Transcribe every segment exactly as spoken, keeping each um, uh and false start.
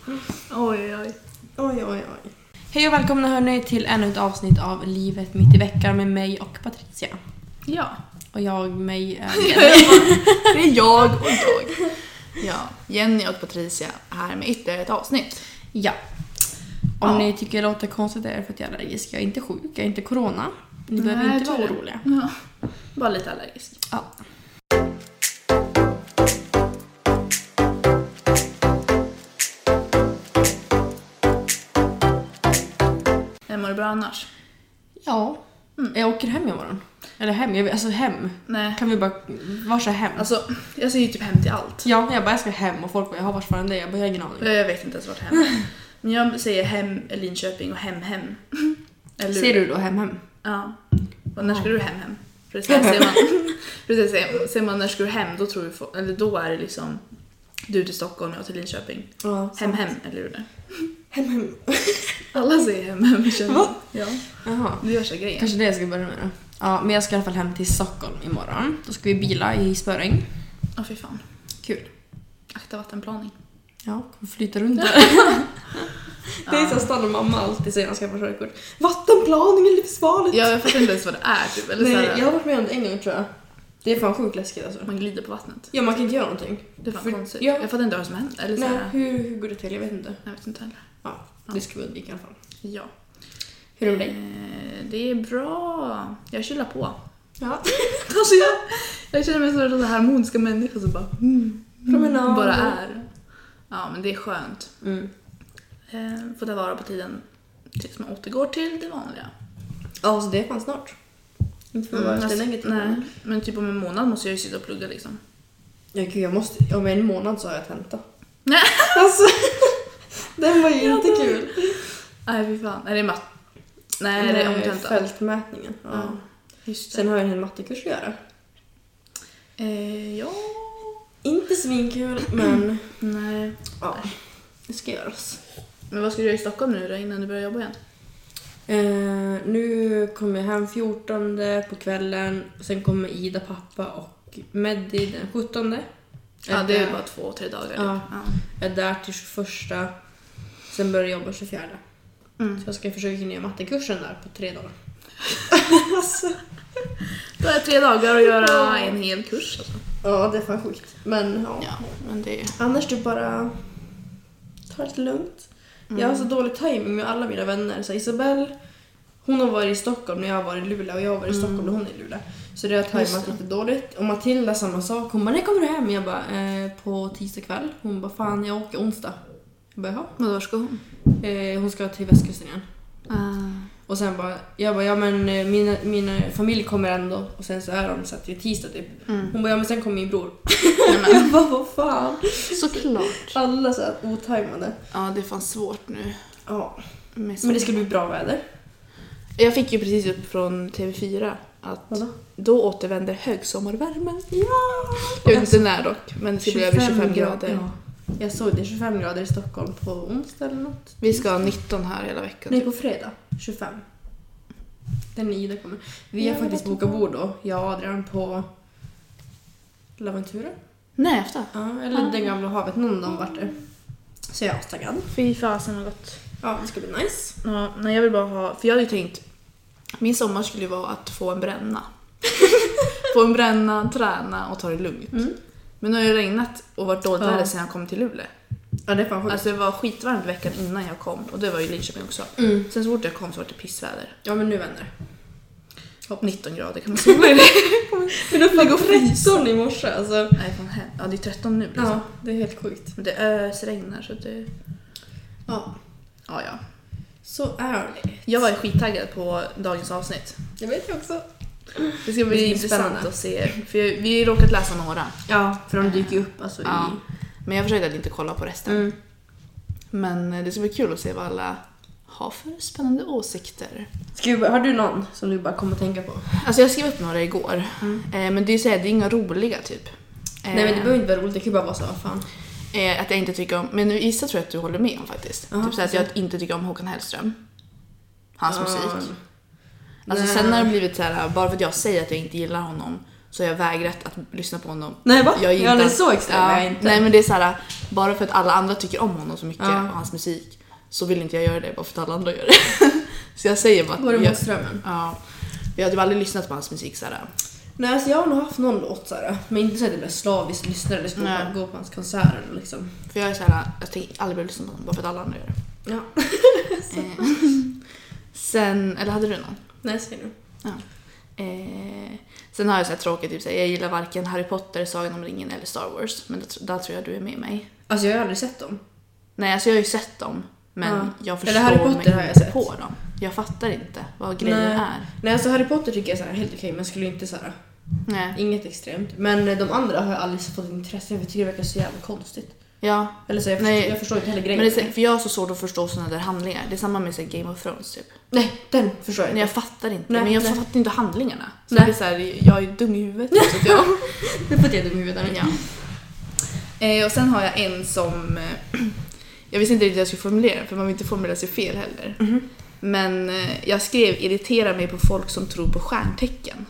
Oj, oj. Oj, oj, oj. Hej och välkomna hörni till ännu ett avsnitt av Livet mitt i veckan med mig och Patricia. Ja. Och jag, mig, är det är jag och jag. Ja, Jenny och Patricia här med ytterligare ett avsnitt. Ja. Om ja. ni tycker det låter konstigt är det för att jag är allergisk. Jag är inte sjuk, jag är inte corona. Ni behöver Nej, inte vara det. oroliga. Ja. Bara lite allergisk. Ja. Mår du bra annars? Ja. Mm. Jag åker hem imorgon. Eller hem, jag vet, alltså hem. Nej. Kan vi bara, vars är hem? Alltså, jag säger ju typ hem till allt. Ja, jag bara, jag ska hem och folk bara, jag har vars fan det är. Jag bara, jag har ingen aning. Jag vet inte ens vart hem är. Men jag säger hem Linköping och hem hem. Eller ser du då hem hem? Ja. Och när ska du hem hem? För det säger man, för det säger, säger man när ska du hem, då tror du folk, eller då är det liksom du till Stockholm och jag till Linköping. Ja, hem hem, eller hur det? Hem hem. Alla säger hem hem. Va? Ja. Jaha. Det gör sig grejer. Kanske det jag ska börja med då. Ja, men jag ska i alla fall hem till Stockholm imorgon. Då ska vi bila i Spöring. Ja, fy fan. Kul. Akta vattenplaning. Ja, kommer flyta runt där. Det är så stannar mamma alltid säger när jag ska få körkort. Vattenplaning är livsfarligt. Ja, jag fattar inte ens vad det är typ. Eller Nej, så här, jag har varit med om det en gång tror jag. Det är fan sjukt läskigt alltså. man glider på vattnet. Ja, man kan inte göra någonting. Det är fan För, konstigt. Ja. Jag fattar inte vad som händer. Eller så Nej, här, hur, hur går det till? Jag vet inte. jag vet inte heller. Ja, det ska vi undvika i alla fall. Ja. Hur är det med dig? Eh, det är bra. Jag chillar på. Ja. Alltså jag, jag känner mig som en sån här harmoniska människa som bara, mm, Promenad. bara är. Ja, men det är skönt. Mm. Eh, får ta vara på tiden tills man återgår till det vanliga. Ja, så det är fan snart. Inte för att vara alltså, negativ. nej, men typ om en månad måste jag ju sitta och plugga liksom. Ja, gud, jag måste... Om en månad så har jag tenta. Nej. Alltså, den var ju Ja, inte då. kul. Nej, fy fan. Är det matt? Nej, det är omtenta. Fältmätningen. Ja. Ja, just det. Sen har jag en mattekurs att göra. Eh, ja. Inte svinkul, men Nej. ja, det ska göras. Men vad ska du göra i Stockholm nu då innan du börjar jobba igen? Eh, nu kommer jag hem fjortonde på kvällen. Sen kommer Ida, pappa och Meddi den sjuttonde. Ja, det är bara två, tre dagar. Ja. Ja. Jag är där till tjugoförsta. Sen börjar jag jobba tjugofjärde. Mm. Så jag ska försöka hinna göra mattekursen där på tre dagar. Alltså. Då är det tre dagar att göra en hel kurs. Alltså. Ja, det är fan sjukt. Men ja. Ja, men det är... Annars du bara ta det lite lugnt. Mm. Jag har så dålig timing med alla mina vänner. Så Isabelle, hon har varit i Stockholm när jag har varit i Luleå. Och jag har varit i Stockholm Mm. när hon är i Luleå. Så det har tajmat lite dåligt. Och Matilda samma sak. Hon bara, när kommer du hem? Jag bara, eh, på tisdag kväll. Hon bara, fan jag åker onsdag. Jag bara, jaha. Men var ska hon? Eh, hon ska till västkusten igen. Ah. Och sen bara, jag bara, ja men eh, mina, mina familj kommer ändå. Och sen så är de så att det är tisdag typ. Mm. Hon bara, ja men sen kommer min bror. Nej, Jag bara, vad fan. såklart. Alla så här otajmade. Ja, det är fan svårt nu. Ja. Med Men det ska bli bra väder. Jag fick ju precis upp från T V fyra att Vadå? då återvänder högsommarvärmen. Ja! Jag vet inte när dock, men det ska bli över tjugofem grader. Ja. Jag såg det, tjugofem grader i Stockholm på onsdag eller något. Vi ska ha nitton här hela veckan. Nej, på fredag. tjugofem. Den Ida kommer. Vi har Ja, faktiskt vad bokat bord då. Jag och Adrian på Laventura. Nej, efter. Ja, eller Ah. den gamla havet. Någon av dem vart det. Så jag är taggad. Fy fasen vad gott. Ja, det ska bli nice. Ja, nej, jag vill bara ha... För jag hade ju tänkt... Min sommar skulle ju vara att få en bränna. få en bränna, träna och ta det lugnt. Mm. Men nu har det regnat och varit dåligt Ja. väder sedan jag kom till Luleå. Ja, det är fan sjukt. Alltså det var skitvarmt veckan innan jag kom. Och det var ju Linköping också. Mm. Sen så fort jag kom så var det pissväder. Ja, men nu vänder det. nitton grader kan man säga. Men det går tretton i morse alltså. Nej, fan hem. Ja, det är tretton nu liksom. Ja, det är helt sjukt. Men det ösregnar så det... Ja, Ja, ja. så är det. Jag var ju skittaggad på dagens avsnitt. Jag vet ju också. Det ska bli Det är intressant spännande. att se. För vi har ju råkat läsa några. Ja, för de dyker ju upp alltså Ja. i... Men jag försökte att inte kolla på resten. Mm. Men det ska bli kul att se vad alla har för spännande åsikter. Ska vi, har du någon som du bara kommer att tänka på? Alltså jag skrev upp några igår. Mm. Eh, men det är, så här, det är inga roliga typ. Eh, Nej, men det behöver inte vara roligt. Det kan ju bara vara så, vad fan. eh, att jag inte tycker om... Men Issa tror jag att du håller med om faktiskt. Aha, typ så här, att så. jag inte tycker om Håkan Hellström. Hans Ja. musik. Alltså Nej. sen har det blivit så här, bara för att jag säger att jag inte gillar honom så har jag vägrat att lyssna på honom. Nej, va? Jag Ja, det är så extremt. Ja, Nej, inte. nej, men det är så här, bara för att alla andra tycker om honom så mycket Ja. och hans musik, så vill inte jag göra det bara för att alla andra gör det. Så jag säger bara att Var det jag, mot strömmen? ja, jag hade aldrig lyssnat på hans musik så här. Nej, alltså jag har nog haft någon låt såhär, men inte så att jag blev slaviskt lyssnare eller skulle Nej. bara gå på hans konserter liksom. För jag är så här, jag tänker aldrig börja lyssna på honom bara för att alla andra gör det. Ja. Eh, Sen, eller hade du någon? Nej, säg nu. Ja. Eh, sen har jag så här tråkigt, typ så här, jag gillar varken Harry Potter, Sagan om ringen eller Star Wars, men där, där tror jag du är med mig. Alltså jag har aldrig sett dem. Nej, alltså jag har ju sett dem, men Ja. jag Eller förstår Harry Potter mig har jag inte sett. på dem. Jag fattar inte vad grejen Nej. är. Nej, alltså Harry Potter tycker jag är så här helt okej, men skulle inte så här, Nej. inget extremt. Men de andra har jag aldrig fått intresse för, jag tycker det verkar så jävla konstigt. Ja, Eller så jag, Nej. förstår, jag förstår inte heller grejen. men det är, så- för jag har så svårt att förstå sådana där handlingar. Det är samma med så här, Game of Thrones typ. Nej, den förstår jag Men inte. jag fattar inte, Nej, men jag nej. fattar inte handlingarna. Så Nej. det är så här, jag är dum i huvudet. Så att jag... Det får jag dum i huvudet. Ja. Eh, och sen har jag en som... Eh, jag visste inte riktigt hur jag skulle formulera, för man vill inte formulera sig fel heller. Mhm. Men eh, jag skrev irriterar mig på folk som tror på stjärntecken.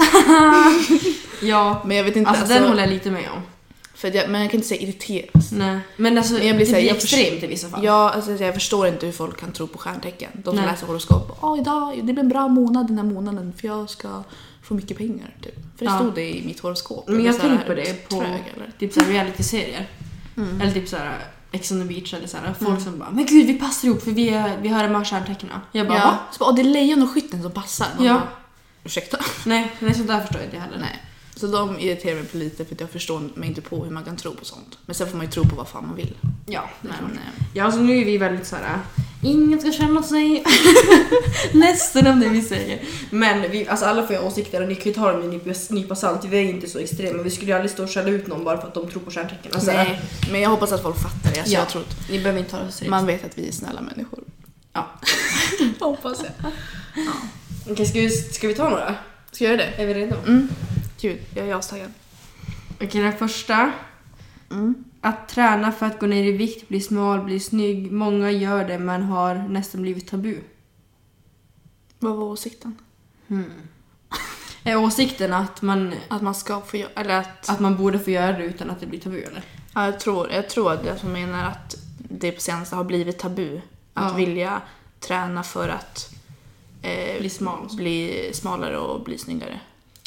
Ja, Men jag vet inte... alltså, Alltså, den håller jag lite med om. för att jag, men jag kan inte säga irriteras. Nej. Men alltså, Men jag blir det så här, blir jag extremt i vissa fall. Ja, alltså, jag förstår inte hur folk kan tro på stjärntecken. De som Nej. läser horoskop. Åh, idag, det blir en bra månad den här månaden för jag ska få mycket pengar. Typ. För det Ja. stod det i mitt horoskop. Men jag så här, tänker på det på trög, eller? typ så här reality-serier. Mm. Eller typ så här Ex on the beach eller så här, folk Mm. som bara men gud vi passar ihop för vi, är, vi har de här stjärntecknen. Jag bara Ja. va? Så bara, åh, det är lejon och skytten som passar. Man Ja. bara, ursäkta. Nej, nej sånt där förstår jag inte heller. Nej. Så de irriterar mig på lite för att jag förstår mig inte på hur man kan tro på sånt. Men sen får man ju tro på vad fan man vill. Ja, Men, men, eh, ja alltså nu är vi väldigt så här. Ingen ska känna sig ledsen om det vi säger. Men vi, alltså alla får ju åsikter och ni kan ju ta dem med en nypa, nypa salt. Vi är ju inte så extrema. Vi skulle ju aldrig stå och skälla ut någon bara för att de tror på stjärntecken. Alltså, nej, men jag hoppas att folk fattar det. Alltså, Ja. jag tror att Ni behöver inte ta det så seriöst. man vet att vi är snälla människor. Ja. Hoppas jag. Ja. Okej, ska vi, ska vi ta några? Ska jag göra det? Är vi redo? Mm. Gud, jag är astaggad. Okej, den första. Mm. Att träna för att gå ner i vikt, bli smal, bli snygg. Många gör det men har nästan blivit tabu. Vad var åsikten? Hmm. Är åsikten att man, Att man ska få göra, eller att... att man borde få göra det utan att det blir tabu, eller? Ja, jag tror, jag tror att jag som menar att det på senaste har blivit tabu. Att Ja. vilja träna för att eh, Bli smal. bli smalare och bli snyggare.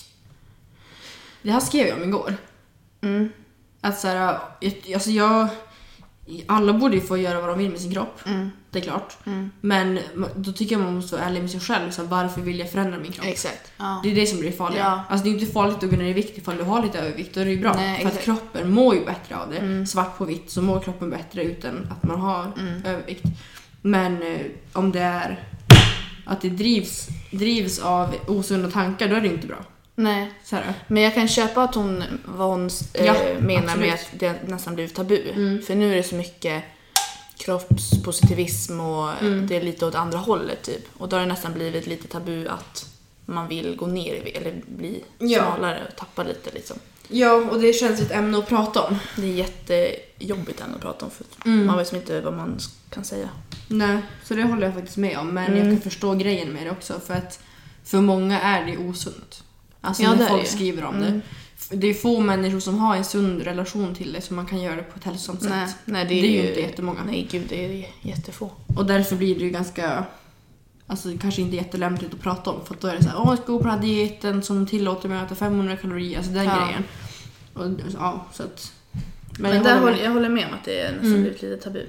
Det här skrev jag om igår. Mm. Att så här, jag- alltså jag... Alla borde ju få göra vad de vill med sin kropp, Mm. det är klart. Mm. Men då tycker jag man måste vara ärlig med sig själv. Så här, varför vill jag förändra min kropp? Exakt. Ja. Det är det som blir farligt. Ja. Alltså det är inte farligt att gå ner i vikt ifall du har lite övervikt. Då är det ju bra. Nej, för att exakt. kroppen mår ju bättre av det. Mm. Svart på vitt så mår kroppen bättre utan att man har Mm. övervikt. Men eh, om det är att det drivs, drivs av osunda tankar, då är det inte bra. Nej, Så här. men jag kan köpa att hon, vad hon eh, Ja, menar absolut. med att det nästan blivit tabu. Mm. För nu är det så mycket kroppspositivism och Mm. det är lite åt andra hållet typ. Och då har det nästan blivit lite tabu att man vill gå ner i vikt eller bli Ja. smalare och tappa lite liksom. Ja, och det känns ett ämne att prata om. Det är jättejobbigt ändå att prata om för Mm. man vet inte vad man kan säga. Nej, så det håller jag faktiskt med om. Men Mm. jag kan förstå grejen med det också. För att för många är det osunt. Alltså Ja, det när är folk det. skriver om Mm. det. Det är få människor som har en sund relation till det så man kan göra det på ett hälsosamt Nej, sätt. nej, Det är ju inte jättemånga. Nej, gud, det är jättefå. Och därför blir det ju ganska, alltså kanske inte jättelämpligt att prata om. För att då är det så här, åh jag ska gå på den här dieten som tillåter mig att äta femhundra kalorier. Alltså den Ja. grejen. Och, ja, så att... Men, jag där håller håller, med. jag håller med om att det är nästan Mm. blivit lite tabu.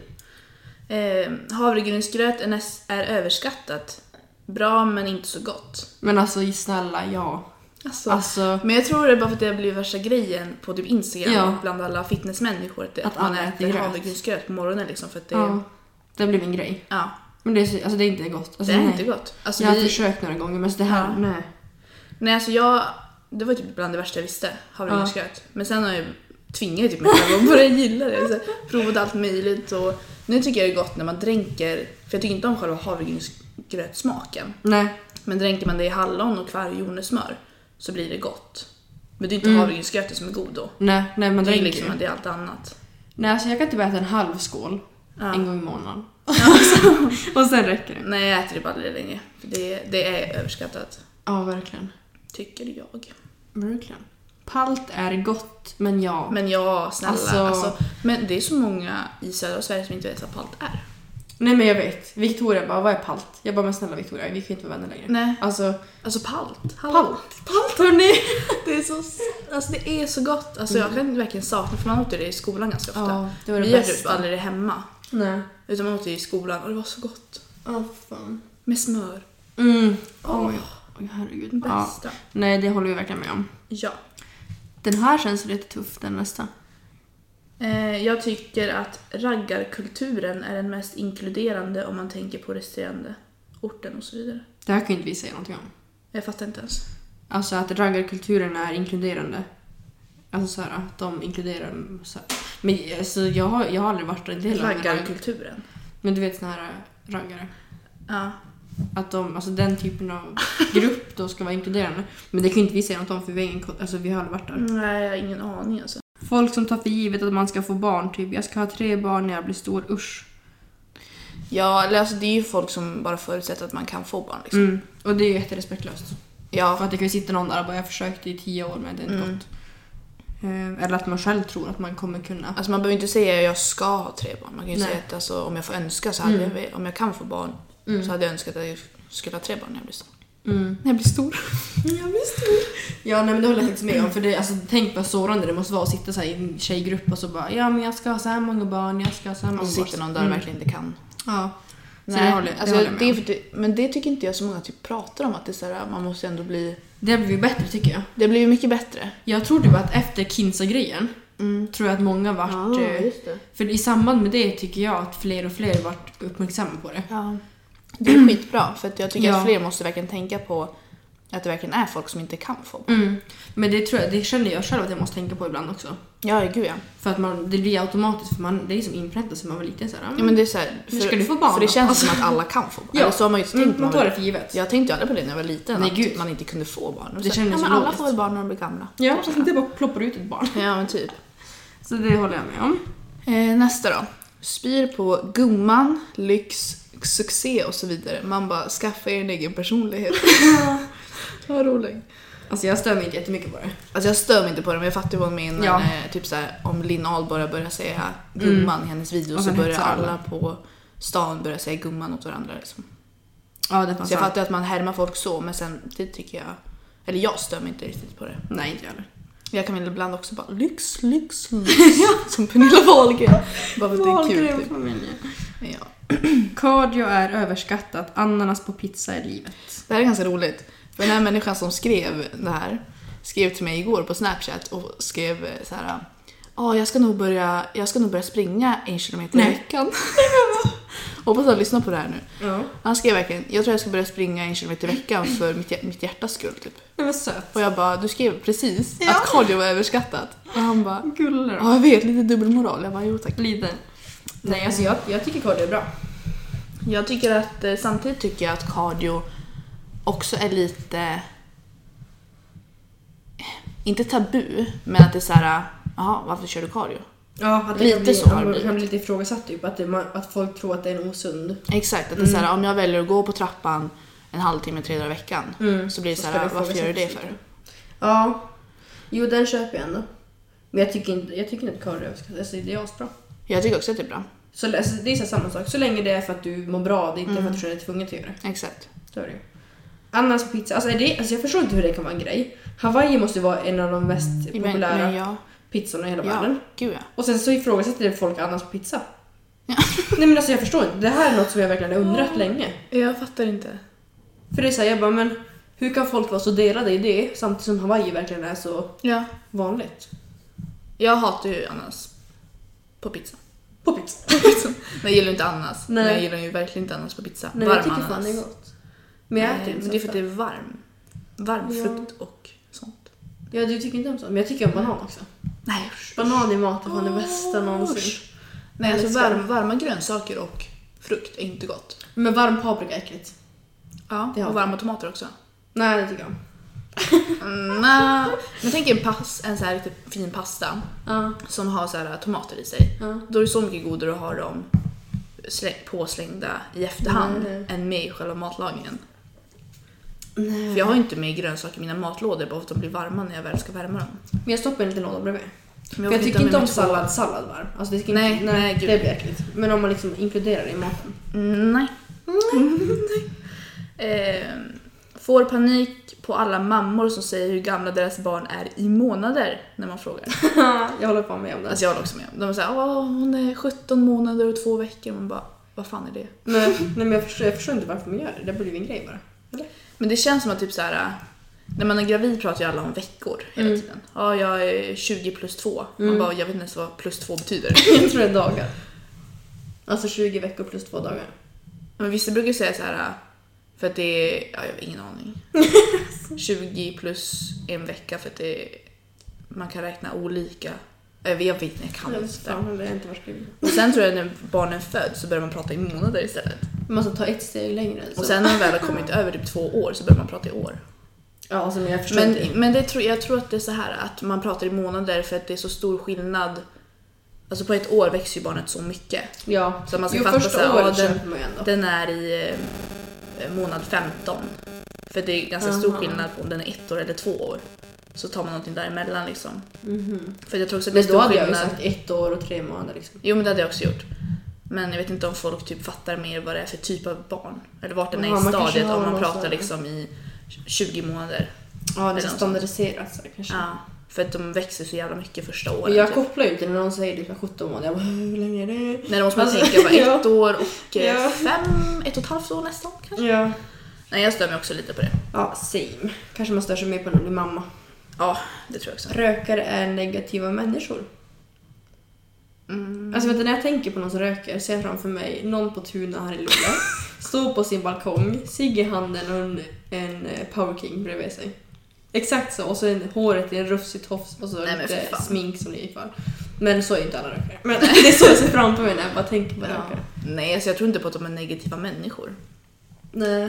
Eh, havregrynsgröt är, näst, är överskattat. Bra men inte så gott. Men alltså snälla, ja. Alltså, Alltså, men jag tror det är bara för att det har blivit värsta grejen på typ Instagram Ja. bland alla fitnessmänniskor. Att, det- Att att man alla äter äter gröt. havregrynsgröt på morgonen liksom för att det, ja. Det blir min grej. ja, Men det är, så- alltså, det är inte gott. Alltså, det är nej. inte gott. Alltså, Jag har vi, försökt några gånger men det här, Ja. nej. nej, alltså jag, det var typ bland det värsta jag visste, havregrynsgröt. Men sen har jag tvingat typ mig själv att börja gilla det. Så provat allt möjligt och nu tycker jag det är gott när man dränker, för jag tycker inte om själva havregrynsgrötsmaken. Nej. Men dränker man det i hallon och kvargjonessmör så blir det gott. Men det är inte Mm. havregrynsgröten som är god då. Nej, nej men Det är dränker liksom ju. att det är allt annat. Nej, alltså jag kan typ äta en halv skål Ja. en gång i månaden. Och sen räcker det. Nej, jag äter det bara aldrig längre. För det, det är överskattat, Ja, verkligen. tycker jag. Verkligen. Palt är gott, men ja. Men ja, snälla. Alltså... Alltså, men det är så många i södra Sverige som inte vet vad palt är. Nej, men jag vet. Victoria bara, vad är palt? Jag bara, men snälla Victoria, vi kan inte vara vänner längre. Nej. Alltså, alltså palt. Palt. Palt, hörni. Det är så, alltså det är så gott. Alltså mm. jag kan verkligen sakna, för man åt det i skolan ganska ofta. Ja, det var det vi bästa. gör typ aldrig det hemma. Nej. Utan man åt det i skolan och det var så gott. Ja, oh, fan. Med smör. Mm. Åh, oh. oh, herregud. Bästa. Ja. Nej, det håller vi verkligen med om. Ja. Den här känns lite tuff, den nästa. Eh, jag tycker att raggarkulturen är den mest inkluderande om man tänker på resterande orten och så vidare. Det här kan inte vi säga någonting om. Jag fattar inte ens. Alltså att raggarkulturen är inkluderande. Alltså så här, att de inkluderar så här. Men alltså, jag, har, jag har aldrig varit en del av raggarkulturen. Men du vet såna här raggare. Ja. Att de, alltså den typen av grupp då ska vara inkluderande. Men det kan inte vi säga något om för vi, ingen, alltså, vi har aldrig varit där. Nej, jag har ingen aning alltså. Folk som tar för givet att man ska få barn, typ jag ska ha tre barn när jag blir stor, usch. Ja, alltså det är ju folk som bara förutsätter att man kan få barn liksom. Mm. Och det är ju jätterespektlöst. Ja. För att det kan ju sitta någon där och bara, jag försökte i tio år men det är inte mm. gått. Eller att man själv tror att man kommer kunna. Alltså man behöver inte säga att jag ska ha tre barn. Man kan ju Nej. säga att alltså, om jag får önska så hade mm. jag, om jag kan få barn mm. så hade jag önskat att jag skulle ha tre barn när jag blir stor. Mm. När jag blir stor. När jag blir stor. Ja, nej, men det håller jag faktiskt med om. För det, alltså, tänk vad sårande det måste vara att sitta så här i en tjejgrupp och så bara, ja men jag ska ha så här många barn, jag ska ha så här många barn. Och så sitter någon där mm. verkligen inte kan. Ja. Så nej, det håller, alltså, det håller det är för det, men det tycker inte jag så många typ pratar om, att det är så här, man måste ändå bli... Det blir bättre tycker jag. Det blir mycket bättre. Jag tror typ att efter Kinsa-grejen mm. tror jag att många vart... Ja, just det. För i samband med det tycker jag att fler och fler vart uppmärksamma på det. Ja. Det är skitbra, för att jag tycker ja. att fler måste verkligen tänka på att det verkligen är folk som inte kan få barn. Mm. Men det, tror jag, det känner jag själv att jag måste tänka på ibland också. Ja, gud ja. För att man, det blir automatiskt, för man, det är liksom inpräntat som man var liten. Så här, ja, men det är så här, för, ska du få barn? För det känns alltså. som att alla kan få barn. Ja. Eller så har man ju tänkt mm, man tar det för givet. Jag tänkte ju aldrig på det när jag var liten. Nej, att gud. man inte kunde få barn. Och det så, kändes ja, så men alla logiskt. får väl barn när de blir gamla. Ja, så det bara ploppar ut ett barn. Ja, men typ. Så det håller jag med om. Eh, nästa då. Spyr på gumman, lyx, succé och så vidare. Man bara, skaffa er en egen personlighet. Vad roligt. Alltså jag stör mig inte jättemycket på det. Alltså jag stör mig inte på det, men jag fattar vad hon menar. Ja. När, typ såhär, om Linn Ahlborg börjar säga gumman mm. i hennes video, så börjar alla. alla på stan börja säga gumman åt varandra. Liksom. Ja, det så jag fattar att man härmar folk så, men sen det tycker jag... Eller jag stör mig inte riktigt på det. Nej, inte jag heller. Jag kan väl ibland också bara lyx, lyx, lyx. Som Pernilla Wahlgren. Bara för att det är kul. Typ. Ja. Cardio är överskattat. Ananas på pizza är livet. Det här är ganska roligt. För den här människan som skrev det här skrev till mig igår på Snapchat och skrev så här: ja, oh, jag ska nog börja jag ska nog börja springa en kilometer i veckan. Hoppas att lyssna på det här nu. Ja. Han skrev verkligen, jag tror jag ska börja springa en kilometer i veckan för mitt, mitt hjärtas skull typ. Det var söt. Och jag bara, du skrev precis ja. att cardio var överskattat. Och han bara, guller. Ja, jag vet, lite dubbelmoral. Jag bara, jo tack. Lite. Nej, alltså jag, jag tycker cardio är bra. Jag tycker att, eh, samtidigt tycker jag att cardio också är lite, inte tabu, men att det är så här, jaha, varför kör du cardio? Ja, att det lite kan bli, så har det kan bli lite ifrågasatt typ, att, det, att folk tror att det är en osund. Exakt, att det är mm. så här, om jag väljer att gå på trappan en halvtimme, tre dagar i veckan mm. så blir det så, så här, varför gör du det för? Ja, jo den köper jag ändå. Men jag tycker inte, jag tycker inte att cardio alltså, det är asbra. Jag tycker också att det är bra. Så alltså, det är så samma sak, så länge det är för att du mår bra, det är inte mm. för att du känner dig tvungen att göra det. Exakt. Så är det ju. Annars på pizza, alltså, är det, alltså jag förstår inte hur det kan vara en grej. Hawaii måste vara en av de mest populära men, men ja. pizzorna i hela ja, världen. Gud, ja. Och sen så ifrågasätter det folk annars på pizza. Ja. Nej men alltså jag förstår inte, det här är något som jag verkligen har undrat ja. länge. Jag fattar inte. För det är så här, jag bara, men hur kan folk vara så delade i det samtidigt som Hawaii verkligen är så ja. vanligt? Jag hatar ju ananas på pizza. På pizza? På pizza. Men jag gillar inte ananas. Nej. Men jag gillar ju verkligen inte ananas på pizza. Nej, varm jag tycker ananas. fan det är gott. Men, jag Nej, men det är för att det är varm. Varm ja. frukt och sånt. Ja, du tycker inte om sånt. Men jag tycker om banan också. Nej. Banan i mat är fan det bästa någonsin. Nej, alltså varm, varma grönsaker och frukt är inte gott. Men varm paprika är äckligt. Ja, det och varma tomater också. Nej, det tycker jag. mm, nej. Men tänk en, pass, en så här riktigt fin pasta uh. som har så här tomater i sig. Uh. Då är det så mycket godare att ha dem påslängda i efterhand mm. än med i själva matlagningen. För jag har inte med grönsaker i mina matlådor bara för att de blir varma när jag väl ska värma dem. Men jag stoppar en liten låda bredvid. Men jag, jag tycker inte om två... sallad, sallad varm. Alltså det nej, inte, nej, nej, det blir äckligt. Men om man liksom inkluderar det i maten. Mm, nej. Mm, nej. Eh, får panik på alla mammor som säger hur gamla deras barn är i månader när man frågar. Jag håller på med om det. Alltså jag håller också med om det. De säger åh hon är sjutton månader och två veckor. Man bara, vad fan är det? Nej, nej men jag förstår, jag förstår inte varför man gör det. Det blir ju en grej bara. Eller? Men det känns som att typ så här, när man är gravid pratar ju alla om veckor hela mm. tiden. Ja, jag är tjugo plus två. Man mm. bara, jag vet inte ens vad plus två betyder. Jag tror det är dagar. Alltså tjugo veckor plus två dagar. Men vissa brukar säga så här, för att det är, ja, jag har ingen aning. tjugo plus en vecka för att det är, man kan räkna olika. Jag vet, jag vet inte, jag kan jag inte. Fan, det är inte varit och sen tror jag när barnen föds så börjar man prata i månader istället. Man ska ta ett steg längre. Så. Och sen när man väl har kommit över typ två år så börjar man prata i år. Ja, alltså, men jag förstår men, inte. men det tror, jag tror att det är så här att man pratar i månader för att det är så stor skillnad. Alltså på ett år växer ju barnet så mycket. Ja, så man ska jo, fatta första så här, året ja, den, man ändå. den är i eh, månad femton. För det är ganska uh-huh. stor skillnad på om den är ett år eller två år. Så tar man någonting däremellan liksom. Mm-hmm. För jag tror också att men det är då hade skillnad. jag ju sagt ett år och tre månader liksom. Jo men det hade jag också gjort. Men jag vet inte om folk typ fattar mer vad det är för typ av barn. Eller vart den är i stadiet om man pratar liksom i tjugo månader. Ja, det är standardiserat så kanske. Ja, för att de växer så jävla mycket första året. Jag typ. kopplar ju inte när någon säger liksom sjutton månader. Jag bara, hur länge är det? Nej, då måste man alltså, tänka bara ja. ett år och ja. fem, ett och ett halvt år nästan kanske. Ja. Nej, jag stör mig också lite på det. Ja, same. Kanske man stör sig mer på när man blir mamma. Ja, det tror jag också. Rökare är negativa människor. Mm. Alltså vet du, när jag tänker på någon som röker ser jag framför mig någon på Tuna här i Luleå. Står på sin balkong, cigg i handen och en, en Power King bredvid sig. Exakt så, och så en håret i en rufsig tofs och så nej, lite smink som i fall. Men så är inte alla rökare. Men det är så jag ser framför mig när jag bara tänker på ja. rökare. Nej, alltså jag tror inte på att de är negativa människor. Nej.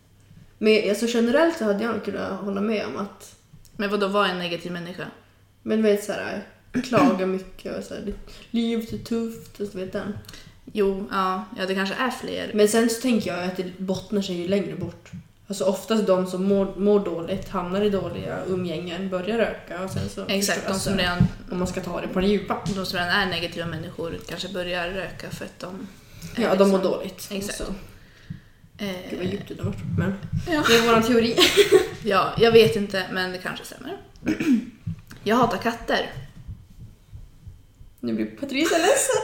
Men alltså generellt så hade jag nog kunnat hålla med om att... Men vad då var en negativ människa? Men vet så här, klaga mycket och så här, livet är tufft och så vet den. Jo, ja, ja, det kanske är fler. Men sen så tänker jag att det bottnar sig ju längre bort. Alltså oftast de som mår, mår dåligt, hamnar i dåliga umgängen, börjar röka och sen så... Exakt, de som redan... Om man ska ta det på det djupa. De som redan är negativa människor kanske börjar röka för att de... Ja, liksom, de mår dåligt. Exakt. Så. Eh, Gud vad djupt det har varit, men ja. det är våran teori. Ja, jag vet inte, men det kanske stämmer. Jag hatar katter. Nu blir Patricia ledsen.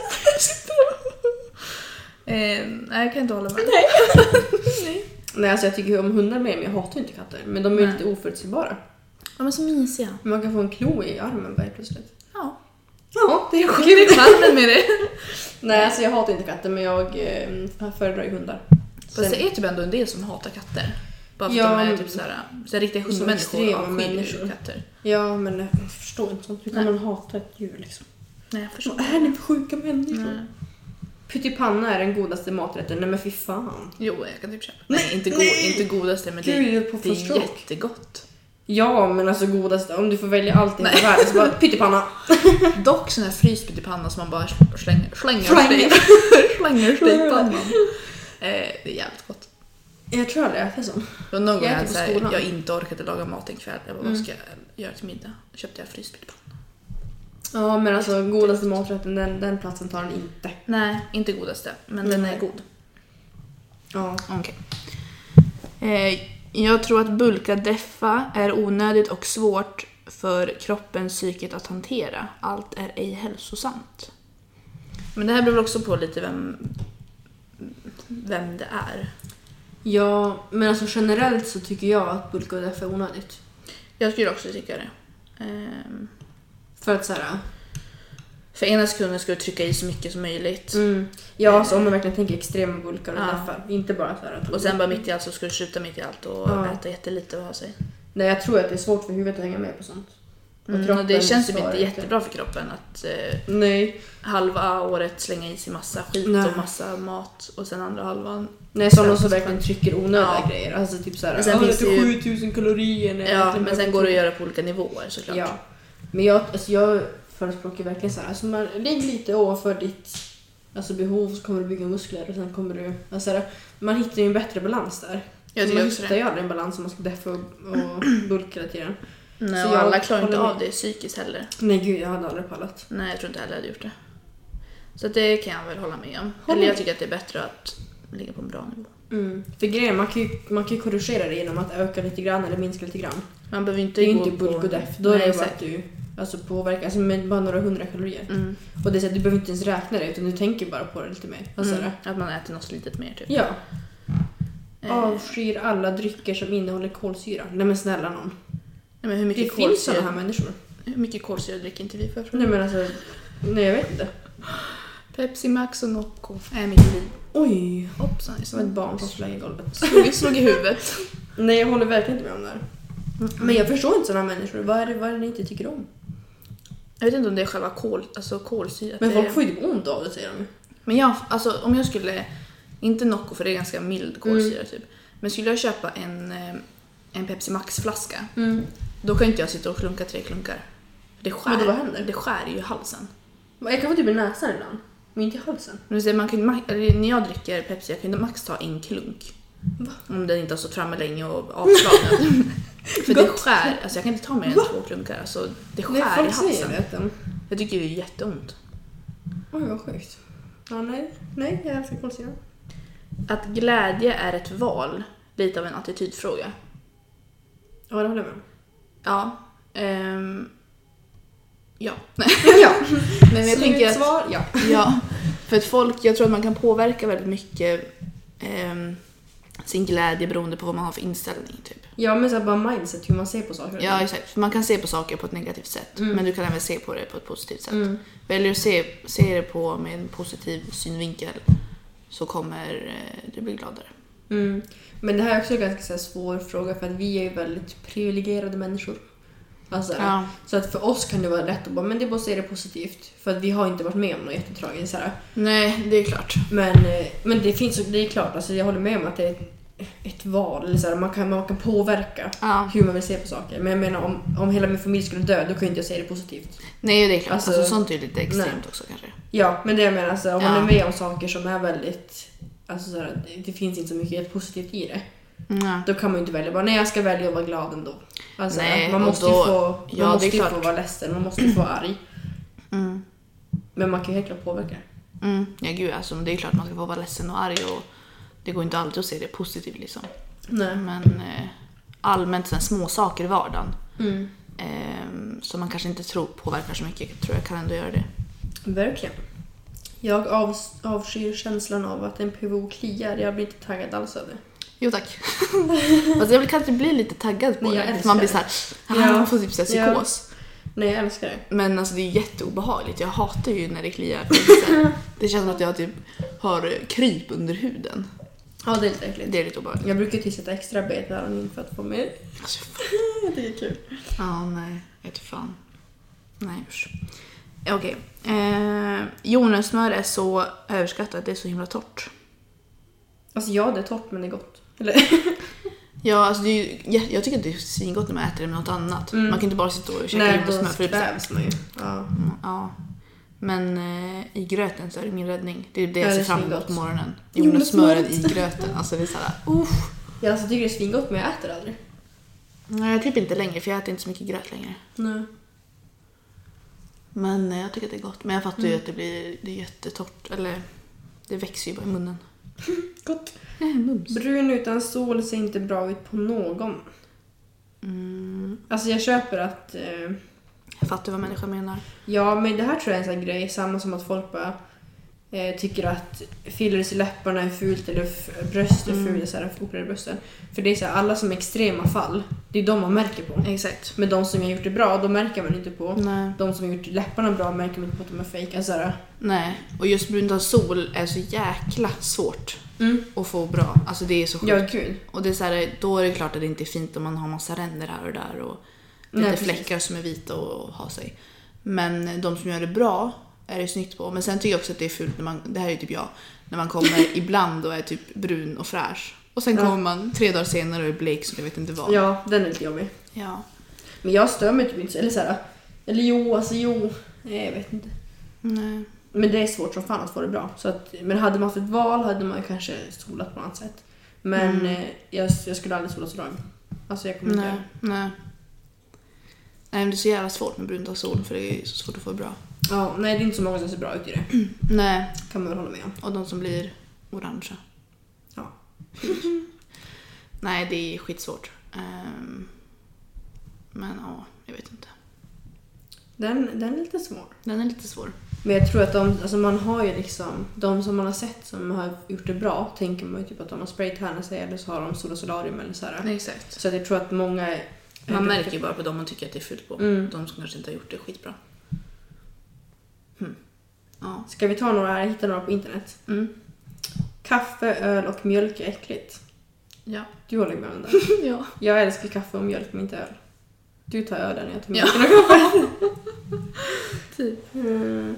eh, nej, jag kan inte hålla med. Nej. Nej. Nej, alltså jag tycker om hundar med, men jag hatar inte katter. Men de är nej. lite oförutsägbara. De är så mysiga. Man kan få en klo i armen bara plötsligt. Ja. Ja, det är kul. Det är charmen med det. Nej, alltså jag hatar inte katter, men jag eh, föredrar ju hundar. Fast det är typ ändå en del som hatar katter. Bara för ja, att de är typ såhär, så riktiga hundmänniskor och skiljer katter. Ja, men jag förstår inte sånt. Hur kan man hata ett djur liksom? Nej, jag förstår. Vad är ni för sjuka människor? Nej. Pyttipanna är den godaste maträtten. Nej men fy fan. Jo, jag kan typ köpa. Nej, inte, go- inte godaste, men det, Gud, på det är jättegott. Ja, men alltså godaste. Om du får välja allt i världen så bara pyttipanna. Dock sån här fryst pyttipanna som man bara slänger, slänger, slänger. slänger stekpannan. Eh, det är jävligt gott. Jag tror aldrig jag äter sån. Och någon gång jag, såhär, jag inte orkade laga mat en kväll. Jag bara, mm. vad ska jag göra till middag? Då köpte jag fryst pyttipanna. Ja, men alltså godaste maträtten, den, den platsen tar den inte. Nej, inte godaste, men mm. den är god. Ja. Okej. Okay. Eh, jag tror att bulkadeffa är onödigt och svårt för kroppens psyket att hantera. Allt är ej hälsosamt. Men det här beror också på lite vem, vem det är. Ja, men alltså generellt så tycker jag att bulkadeffa är onödigt. Jag skulle också tycka det. Eh, För att så här, för ena sekunden ska du trycka i så mycket som möjligt. Mm. Ja, så om man verkligen tänker extrema bulkar och ja. deffar. Inte bara så här. Och sen bara mitt i allt så ska du skjuta mitt i allt och ja. äta jättelite och ha sig. Nej, jag tror att det är svårt för huvudet att hänga med på sånt. Mm, och det känns ju inte jättebra för kroppen att eh, Nej. halva året slänga i sig massa skit Nej. och massa mat och sen andra halvan. Nej, sådana som verkligen trycker onödiga ja. grejer. Alltså typ så här, men sen finns det ju sjutusen kalorier. Nej, ja, men sen går det att göra på olika nivåer såklart. Ja. Men jag, alltså jag förespråkar verkligen så här, alltså man lägger lite ovanför ditt alltså behov så kommer du bygga muskler och sen kommer du, alltså här, man hittar ju en bättre balans där. Jag man också hittar ju aldrig en balans om man ska deffa och, och bulka hela tiden. Nej, så och jag alla klarar inte håller av med. det psykiskt heller. Nej gud, jag hade aldrig pallat. Nej, jag tror inte heller hade gjort det. Så att det kan jag väl hålla med om. Håller Eller jag med. tycker att det är bättre att ligga på en bra nivå. Mm. För grejen, man kan, ju, man kan ju korrigera det genom att öka lite grann eller minska lite grann. Man behöver inte Det är gå inte bulk på... och deff. Då Nej, är det bara exakt. att du alltså, påverkar alltså, med bara några hundra kalorier. Mm. Och det är så att du behöver inte ens räkna det utan du tänker bara på det lite mer. Alltså, Mm. Att man äter något litet mer typ. Ja. Eh, Avskyr alla drycker som innehåller kolsyra. Nej men snälla någon. nej, men hur Det mycket finns sådana här kolsyra, människor. hur mycket kolsyra dricker inte vi för? Nej men alltså, nej jag vet inte. Pepsi Max och Nocco är mitt liv. Oj, Hoppsan, som ett barn som flög i golvet. slog, slog i huvudet. Nej jag håller verkligen inte med om det här. Men jag förstår inte sådana här människor. Vad är det, vad är det ni inte tycker om? Jag vet inte om det är själva kol, alltså kolsyra. Men det folk är... får ju typ ont av det säger de. Men jag, alltså om jag skulle, inte Nocco för det är ganska mild kolsyra typ. Men skulle jag köpa en, eh, en Pepsi Max-flaska, Mm. då kan inte jag sitta och klunka tre klunkar. Det skär, Men då, vad händer? det skär ju i halsen. Jag kan få typ i näsan ibland. Men inte i halsen. Men det säger, man kan, ju ma- eller när jag dricker Pepsi, jag kan inte max ta en klunk. Va? Om den inte har stått framme länge och avslagnad. För det Gott. skär, alltså jag kan inte ta mer än Va? två klunkar. Alltså det Nej, skär i folk säger halsen. det. Jag tycker det är jätteont. Oj vad sjukt. Ja nej, nej jag älskar kolsyra. Att glädje är ett val, lite av en attitydfråga. Ja det håller jag med om. Ja. ehm, ja. Ja, Nej, men jag tänker att, svar, ja. ja. För att folk, jag tror att man kan påverka väldigt mycket ehm, sin glädje beroende på vad man har för inställning typ. Ja men så här, bara mindset, hur man ser på saker. Ja, exakt. För man kan se på saker på ett negativt sätt, Mm. men du kan även se på det på ett positivt sätt. Mm. Väljer du att se, se det på med en positiv synvinkel så kommer eh, du bli gladare. Mm. Men det här är också en ganska så här, svår fråga för att vi är ju väldigt privilegierade människor. Alltså, Ja. så att för oss kan det vara lätt att bara, men det är bara att se det positivt. För att vi har inte varit med om något jättetragiskt. Så här. Nej, det är klart. Men, eh, men det finns, det är klart, alltså, jag håller med om att det är ett, ett val. Eller så här, man, kan, man kan påverka Ja. hur man vill se på saker. Men jag menar, om, om hela min familj skulle dö, då kan inte jag säga det positivt. Nej, det är klart. Alltså- Alltså, sånt är ju lite extremt Nej. också kanske. Ja, men det jag menar, alltså, om man Ja. är med om saker som är väldigt... Alltså, så här, det, det finns inte så mycket positivt i det. Mm. Då kan man ju inte välja bara, nej jag ska välja att vara glad ändå. Alltså, Nej, man och måste då- ju få, man ja, det måste är ju få klart. vara ledsen, man måste ju få arg. Mm. Men man kan ju helt klart påverka. Mm. Ja, gud, alltså, det är klart man ska få vara ledsen och arg och det går inte alltid att se det positivt liksom. Nej. Men eh, allmänt sådana små saker i vardagen Mm. eh, som man kanske inte tror påverkar så mycket, tror jag kan ändå göra det. Verkligen. Jag av, avskyr känslan av att en P V O kliar. Jag blir inte taggad alls av det. Jo tack. Alltså jag vill kanske bli lite taggad på Men jag det. älskar Man blir det. såhär, Ja. man får typ såhär Ja. psykos. Nej, jag älskar det. Men alltså det är jätteobehagligt. Jag hatar ju när det kliar. För det är så här- Det känns som att jag typ har kryp under huden. Ja, det är lite äckligt. Det är lite obehagligt. Jag brukar tillsätta extra beta-alanin för att få mer. Alltså, Jag tycker det är kul. ja, nej. Jag vet fan. Nej, usch. Okej. Eh, jordnötssmör är så överskattat att det är så himla torrt. Alltså ja, det är torrt men det är gott. Eller? Ja, alltså det är ju, jag, jag tycker att det är svingott när man äter det med något annat. Mm. Man kan inte bara sitta och käka Nej, då jordnötssmör. För det blir så här- kvävs man ju. Ja. Mm, ja. Men eh, i gröten så är det min räddning. Det är det Ja, jag det ser är fram emot svingott. på morgonen. Jordnötssmöret. Jordnötssmöret i gröten. Alltså det är såhär, uff. Jag alltså, tycker det är svingott men jag äter det aldrig. Nej, typ inte längre för jag äter inte så mycket gröt längre. Nej. Men eh, jag tycker att det är gott. Men jag fattar ju Mm. att det blir det är jättetort. Eller det växer ju bara i munnen. Gott. Eh, mums. Brun utan sol ser inte bra ut på någon. Mm, Alltså jag köper att... Eh, jag fattar vad människan menar. ja, men det här tror jag är en sån här grej. Samma som att folk bara eh, tycker att fillers i läpparna är fult eller f- bröst är Mm. fult, så här, opererade brösten. För det är så här, alla som är extrema fall, det är de man märker på. Exakt. Men de som har gjort det bra, de märker man inte på. Nej. De som har gjort läpparna bra märker man inte på att de är fejk. Alltså, så här, Nej. Och just brunt av sol är så jäkla svårt mm. att få bra. Alltså det är så sjukt. Ja, gud. Och det är så här, då är det klart att det inte är fint om man har massa ränder här och där och lite Nej, precis. fläckar som är vita och ha sig. Men de som gör det bra är det snyggt på. Men sen tycker jag också att det är fult när man, det här är typ jag, när man kommer ibland och är typ brun och fräsch. Och sen Ja. kommer man tre dagar senare och är blek som jag vet inte vad. Ja, den är lite jobbig. Ja. Men jag stör mig typ inte så. Eller så här, eller jo, alltså jo. Nej, jag vet inte. Nej. Men det är svårt som fan att få det bra. Så att, men hade man haft ett val hade man kanske solat på något sätt. Men Mm. eh, jag, jag skulle aldrig sola så långt. Alltså jag kommer inte Nej, göra nej. Nej, men det är så jävla svårt med brundagsol för det är så svårt att få bra. Ja, nej det är inte så många som ser bra ut i det. Nej, Kan man väl hålla med om. och de som blir orangea. Ja. Nej, det är skitsvårt. Um, men ja, jag vet inte. Den, den är lite svår. Den är lite svår. Men jag tror att de, alltså man har ju liksom, de som man har sett som har gjort det bra, tänker man ju typ att de har spraytannat sig eller så har de sola solarium eller så här. Nej, exakt. Så att jag tror att många är, Man märker ju bara på dem man tycker att det är fult på. Mm. De som kanske inte har gjort det skitbra. Hmm. Ja. Ska vi ta några, hitta några på internet? Mm. Kaffe, öl och mjölk är äckligt. Ja. Du håller med om det. Ja. Jag älskar kaffe och mjölk men inte öl. Du tar ölen och jag tar Ja. mjölken och kaffe. Typ. Mm.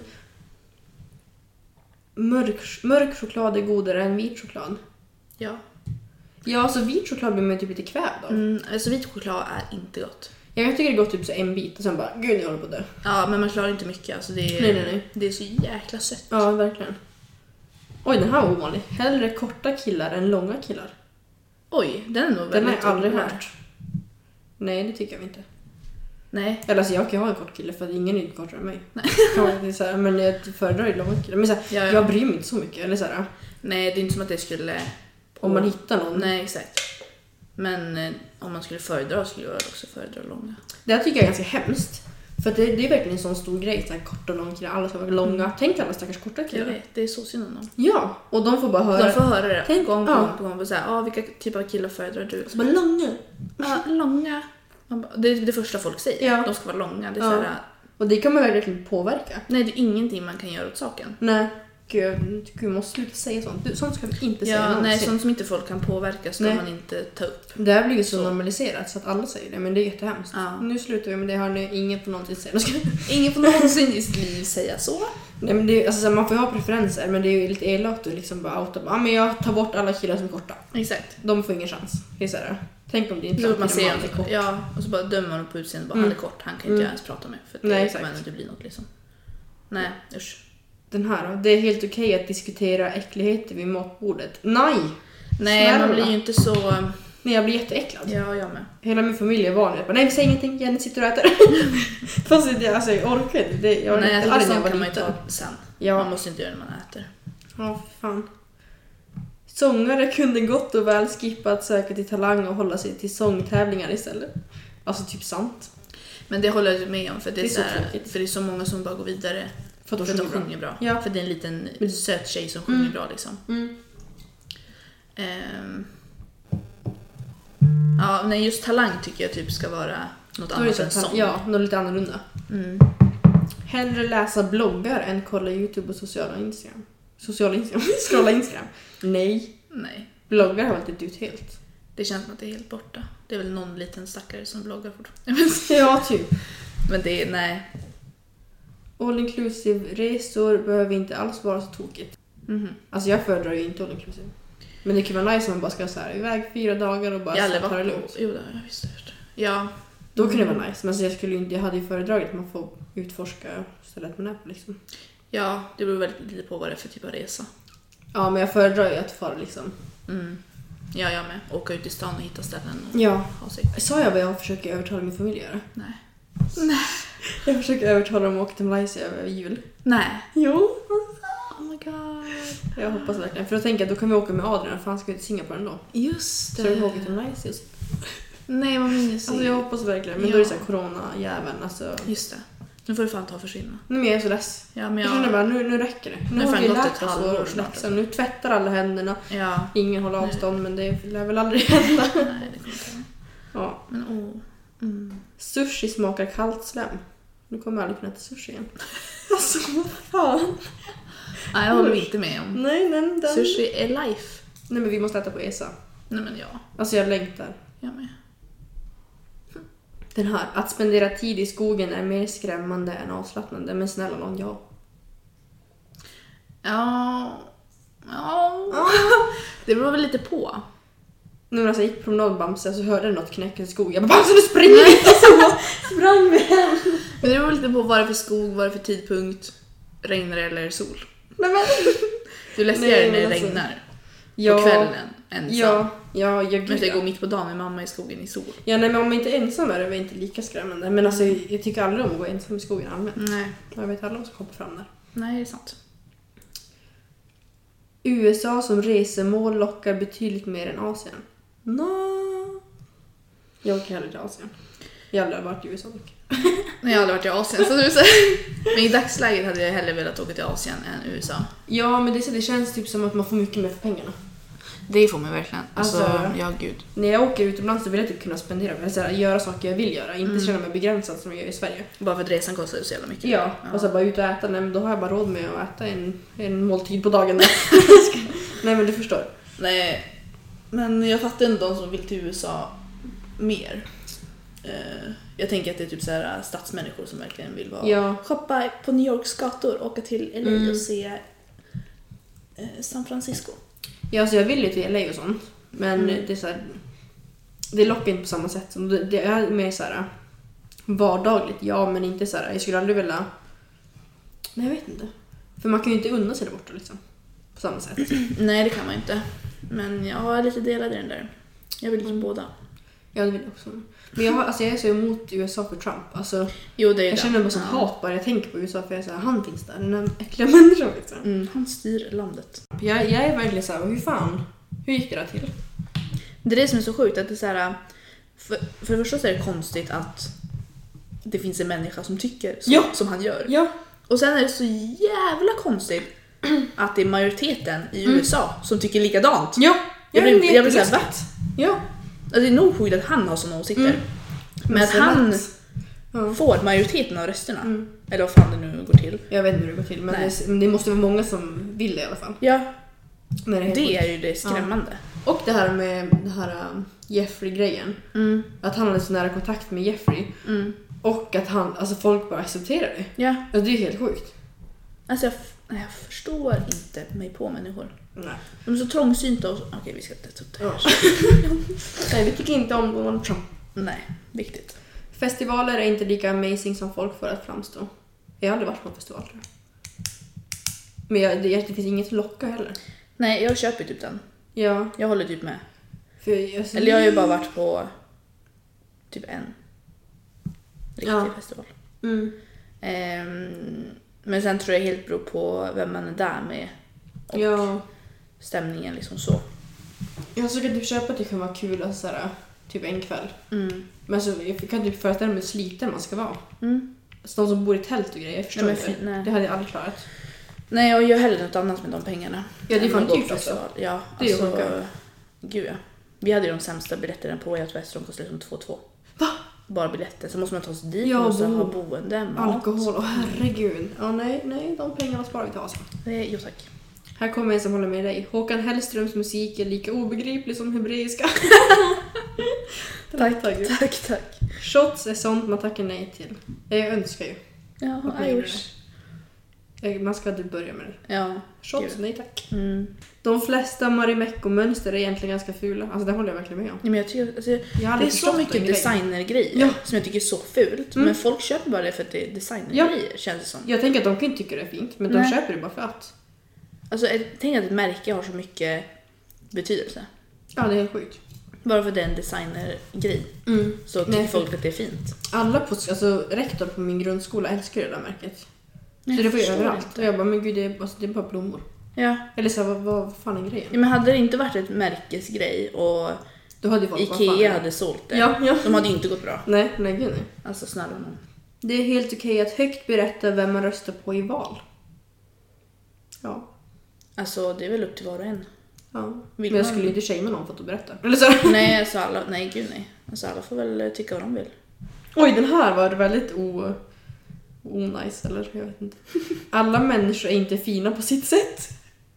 Mörk, mörk choklad är godare än vit choklad. Ja. Ja, alltså vit choklad blir man typ lite kvävd av. Mm, alltså vit choklad är inte gott. Ja, jag tycker det går typ så en bit och sen bara, gud jag håller på det. Ja, men man klarar inte mycket. Alltså det är, Nej, nej, nej. Det är så jäkla sött. Ja, verkligen. Oj, den här var ovanlig. Hellre korta killar än långa killar. Oj, den är nog Den har väldigt jag aldrig populär. hört. Nej, det tycker jag inte. Nej. Eller alltså jag kan ha en kort kille för att ingen är kortare än mig. Ja, det är så här, men jag föredrar ju långa killar. Men så här, Ja, ja. jag bryr mig inte så mycket. Eller så här, Nej, det är inte som att det skulle... om man hittar någon. Nej, exakt. Men eh, om man skulle föredra skulle jag också föredra långa. Det här tycker jag är ganska hemskt. För att det, det är verkligen en sån stor grej. Så här, korta och långa killar. Alla ska vara långa. Tänk alla stackars korta Jag killar. vet, det är så synd om dem. Ja, och de får bara höra. De får höra det Tänk- gång på ja. gång på gång. Och så här, ah, vilka typer av killar föredrar du? Så bara långa. Ja, långa. Man bara, det är det första folk säger. Ja. De ska vara långa. Det är Ja. så här, Och det kan man verkligen påverka. nej, det är ingenting man kan göra åt saken. Nej. Gud, gud måste sluta säga sånt. Du, sånt ska vi inte säga Ja, någonsin. nej, sånt som inte folk kan påverka ska Nej. man inte ta upp. Det har blivit så, Så. normaliserat så att alla säger det, men det är jättehemskt. Ja. Nu slutar vi med det, har ni ingen på någonting säga. Ingen får någonsin i sitt liv säga så. Nej, men det är, alltså, så här, man får ju ha preferenser, men det är ju lite elakt att liksom bara outa. Ja, men jag tar bort alla killar som är korta. Exakt. De får ingen chans. Det är så här, tänk om din Så att man framtida ser man är kort. ja, och så bara dömer man på utseendet. Bara, Mm. han är kort, han kan inte Mm. jag ens prata med. För att Nej, det exakt. kommer inte bli något liksom. Nej, usch. Den här då. Det är helt okej att diskutera äckligheter vid matbordet. Nej! Nej, Snälla. man blir ju inte så... Nej, jag blir jätteäcklad. Ja, jag med. Hela min familj är van. Jag bara, nej vi säger ingenting, Jenny sitter och äter. Fast det, alltså, jag orkar inte. Det, jag var Nej, inte alltså, arg när jag sånt var kan man ju liten. ta sen. Ja. Man måste inte göra det när man äter. Ja, för fan. Sångare kunde gott och väl skippa att söka till Talang och hålla sig till sångtävlingar istället. Alltså typ sant. Men det håller jag med om. För det är, Det är så så här, tråkigt. för det är så många som bara går vidare. För att För de att de sjunger sjunger bra. Ja. För det är en liten Mm. söt tjej som sjunger Mm. bra liksom. Mm. Ehm. Ja, nej, just talang tycker jag typ ska vara något Då är det annat så än att, sång. ja, något lite annorlunda. Mm. Hellre läsa bloggar än kolla YouTube och sociala Instagram. Sociala Instagram? Scrolla Instagram? Nej. Nej, Bloggar har varit ut helt. det känns som att det är helt borta. Det är väl någon liten stackare som bloggar fortfarande. Ja, typ. Men det är, nej. All inclusive resor behöver inte alls vara så tokigt. Mhm. Alltså jag föredrar ju inte all inclusive. Men det kan vara nice om man bara ska så här iväg fyra dagar och bara Jag har aldrig ta det varit lugnt. på... Jo, det har jag visst hört. Ja. Då kan det vara nice. Men så jag, skulle, inte- jag hade ju föredragit att man får utforska stället man är på liksom. Ja, det beror väldigt lite på vad det är för typ av resa. Ja, men jag föredrar ju att fara liksom. Mm. Ja, jag med. Åka ut i stan och hitta ställen och Ja. ha sig. Sa jag vad jag försöker övertala min familj att göra? Nej. Jag försöker övertala dem att åka till Malaysia över jul. Nej. Jo. Oh my god. Jag hoppas verkligen. För då tänker jag att då kan vi åka med Adrian. För han ska ju till Singapore ändå. Just Så det. vi får åka till Malaysia. Nej, vad mysigt. Alltså jag hoppas verkligen. Men Ja. då är det så här corona-jäveln. Alltså. Just det. Nu får du fan ta försvinna. Nu är jag så less. Ja, men Jag jag... känner bara, nu, nu räcker det. Nu har har fan vi gått lärt ett oss halvår vår snart. läxa. Nu tvättar alla händerna. Ja. Ingen håller avstånd, men det lär väl aldrig hända. Nej, det kommer inte hända. Ja. Men åh. Mm. Sushi smakar kallt slem. Nu kommer jag aldrig kunna äta sushi igen. Alltså, vad fan. Nej, jag håller inte med om. Nej, nej, den... Sushi är life. Nej, men vi måste äta på E S A. Nej, men ja. Alltså, jag längtar. Jag med. Den här. Att spendera tid i skogen är mer skrämmande än avslappnande. Men snälla någon, ja. Ja. Ja. Det beror väl lite på. Nu när jag gick på promenadbamse så hörde jag något knäcka i skogen. Jag bara, Bamse, du springer inte! Så sprang vi hem. Men det beror lite på vad det är för skog, vad det är för tidpunkt. Regnar det eller sol. Nej, men... Du är läskigare Nej, när det men alltså- regnar. Ja. På kvällen ensam. Ja, ja, jag Men gud. jag går mitt på dagen med mamma i skogen i sol. Ja, nej, men om man inte är ensam är det väl inte lika skrämmande. Men alltså, jag, jag tycker aldrig om att gå ensam i skogen allmänt. Nej, Jag vet alla vad som kommer fram där. nej det är sant. U S A som resemål lockar betydligt mer än Asien. No. Jag åker hellre till Asien. Jag har aldrig varit i U S A dock. Nej, jag har aldrig varit i Asien så du säger. Men i dagsläget hade jag hellre velat åka till Asien än U S A. Ja, men det, så det känns typ som att man får mycket mer för pengarna. Det får man verkligen. Alltså, Alltså- ja gud. När jag åker utomlands så vill jag typ kunna spendera, alltså, göra saker jag vill göra. Inte Mm. känna mig begränsad som jag gör i Sverige. Bara för att resan kostar ju så jävla mycket. Ja, och så bara ut och äta. Nej, men då har jag bara råd med att äta en, en måltid på dagen. Nej, men du förstår. Nej, men jag fattar ändå de som vill till U S A mer. Eh, jag tänker att det är typ så här stadsmänniskor som verkligen vill vara Ja. shoppa på New Yorks gator, åka till L A Mm. och se eh, San Francisco. Ja, alltså jag vill ju till L A och sånt. Men Mm. det är så här, det lockar inte på samma sätt. Som det, det är mer så här vardagligt, ja, men inte så här. Jag skulle aldrig vilja. Nej, jag vet inte. För man kan ju inte unna sig där borta liksom. På samma sätt. Nej, det kan man inte. Men jag har lite delad i den där. Jag vill liksom båda. Ja, det vill jag också. Men jag, har, alltså jag är så emot U S A för Trump. Alltså, Jo, det är jag det. känner bara sån Ja. hat bara jag tänker på U S A. För jag är så här, han finns där. Den här äckliga människan liksom. Mm, han styr landet. Jag, jag är verkligen så här, hur fan? Hur gick det där till? Det är det som är så sjukt, att det är så här, för, för det första så är det konstigt att det finns en människa som tycker så, Ja. som han gör. Ja. Och sen är det så jävla konstigt att det är majoriteten i U S A som tycker likadant. Ja. Jag Ja, blir, det är jag blir såhär, va? jätteläskigt. Ja. Alltså, det är nog sjukt att han har såna åsikter. Mm. Men att så han lätt. Ja. får majoriteten av rösterna. Mm. Eller vad fan det nu går till. Jag vet inte hur det går till, men Nej. det, men det måste vara många som vill det i alla fall. Ja, Men det är helt det sjukt. är ju det skrämmande. Och det här med den här um, Jeffrey-grejen. Mm. Att han hade så nära kontakt med Jeffrey. Mm. Och att han, alltså folk bara accepterar det. Ja, Alltså det är helt sjukt. alltså jag, f- nej, jag förstår inte mig på människor. Nej. De är så trångsynta och så. Okej, vi ska inte ta upp det här. Ja. Nej, vi tycker inte om Donald Trump. Nej, viktigt. Festivaler är inte lika amazing som folk får att framstå. Jag har aldrig varit på en festival, tror jag. Men jag, det, det finns inget att locka heller. Nej, jag köper typ den. Ja. Jag håller typ med. För jag, Eller jag har ju bara varit på typ en riktig Ja. festival. Mm. Ehm, men sen tror jag helt beror på vem man är där med och Ja. stämningen liksom så. Jag försöker typ köpa att det kan vara kul, alltså, såhär, typ en kväll. Mm. Men alltså, jag kan typ föreställa mig hur sliten man ska vara. Mm. Alltså, de som bor i tält och grejer, jag förstår Nej, men inte. fy- nej. Det hade jag aldrig klarat. Nej, jag gör hellre något annat med de pengarna. Ja, det är än fan att gå dyrt på också. festival. Ja, Det är ju alltså, sjuka. gud ja. Vi hade ju de sämsta biljetterna på Way Out West, de kostade liksom två två. Va? Bara biljetter, så måste man ta sig dit Ja, och så bo. ha boende, mat. Alkohol, åh herregud. Ja, nej, nej, de pengarna sparar vi till Asien. Nej, jo tack. Här kommer en som håller med dig. Håkan Hellströms musik är lika obegriplig som hebreiska. Tack, tack. tack, tack. Shots är sånt man tackar nej till. Jag önskar ju. Ja, Vad I menar wish. Jag- Man ska typ börja med det. Ja, Shots, Gud. nej tack. mm. De flesta Marimekko-mönster är egentligen ganska fula. Alltså det håller jag verkligen med om. Nej, men jag tycker, alltså, Jag har det är aldrig så förstått mycket den grejen. designergrejer Ja. som jag tycker är så fult. Mm. Men folk köper bara det för att det är designergrejer, känns det som. Jag tänker att de kan inte tycka det är fint, men de Nej. köper det bara för att. Alltså, jag tänker att ett märke har så mycket betydelse. Ja, det är helt sjukt. Bara för att det är en designergrej Mm. så tycker Nej, för- folk att det är fint. Alla på, alltså rektor på min grundskola älskar ju det där märket. Nej, Så jag det var ju förstår överallt. inte. Och jag bara, men gud det är, alltså, det är bara blommor. Ja. Eller så här, vad, vad fan är grejen? Ja, men hade det inte varit ett märkesgrej och Då hade ju folk bara, fan är Ikea det? hade sålt det, Ja, ja. de hade ju inte gått bra. Nej, nej gud nej. Alltså snälla nån. Det är helt okej att högt berätta vem man röstar på i val. Ja. Alltså det är väl upp till var och en. Ja. Vill Men jag man- skulle ju inte shamea någon för att berätta. Eller så. Nej, alltså alla, nej gud nej. Alltså alla får väl tycka vad de vill. Oj, den här var väldigt o... onajs, eller jag vet inte. Alla människor är inte fina på sitt sätt.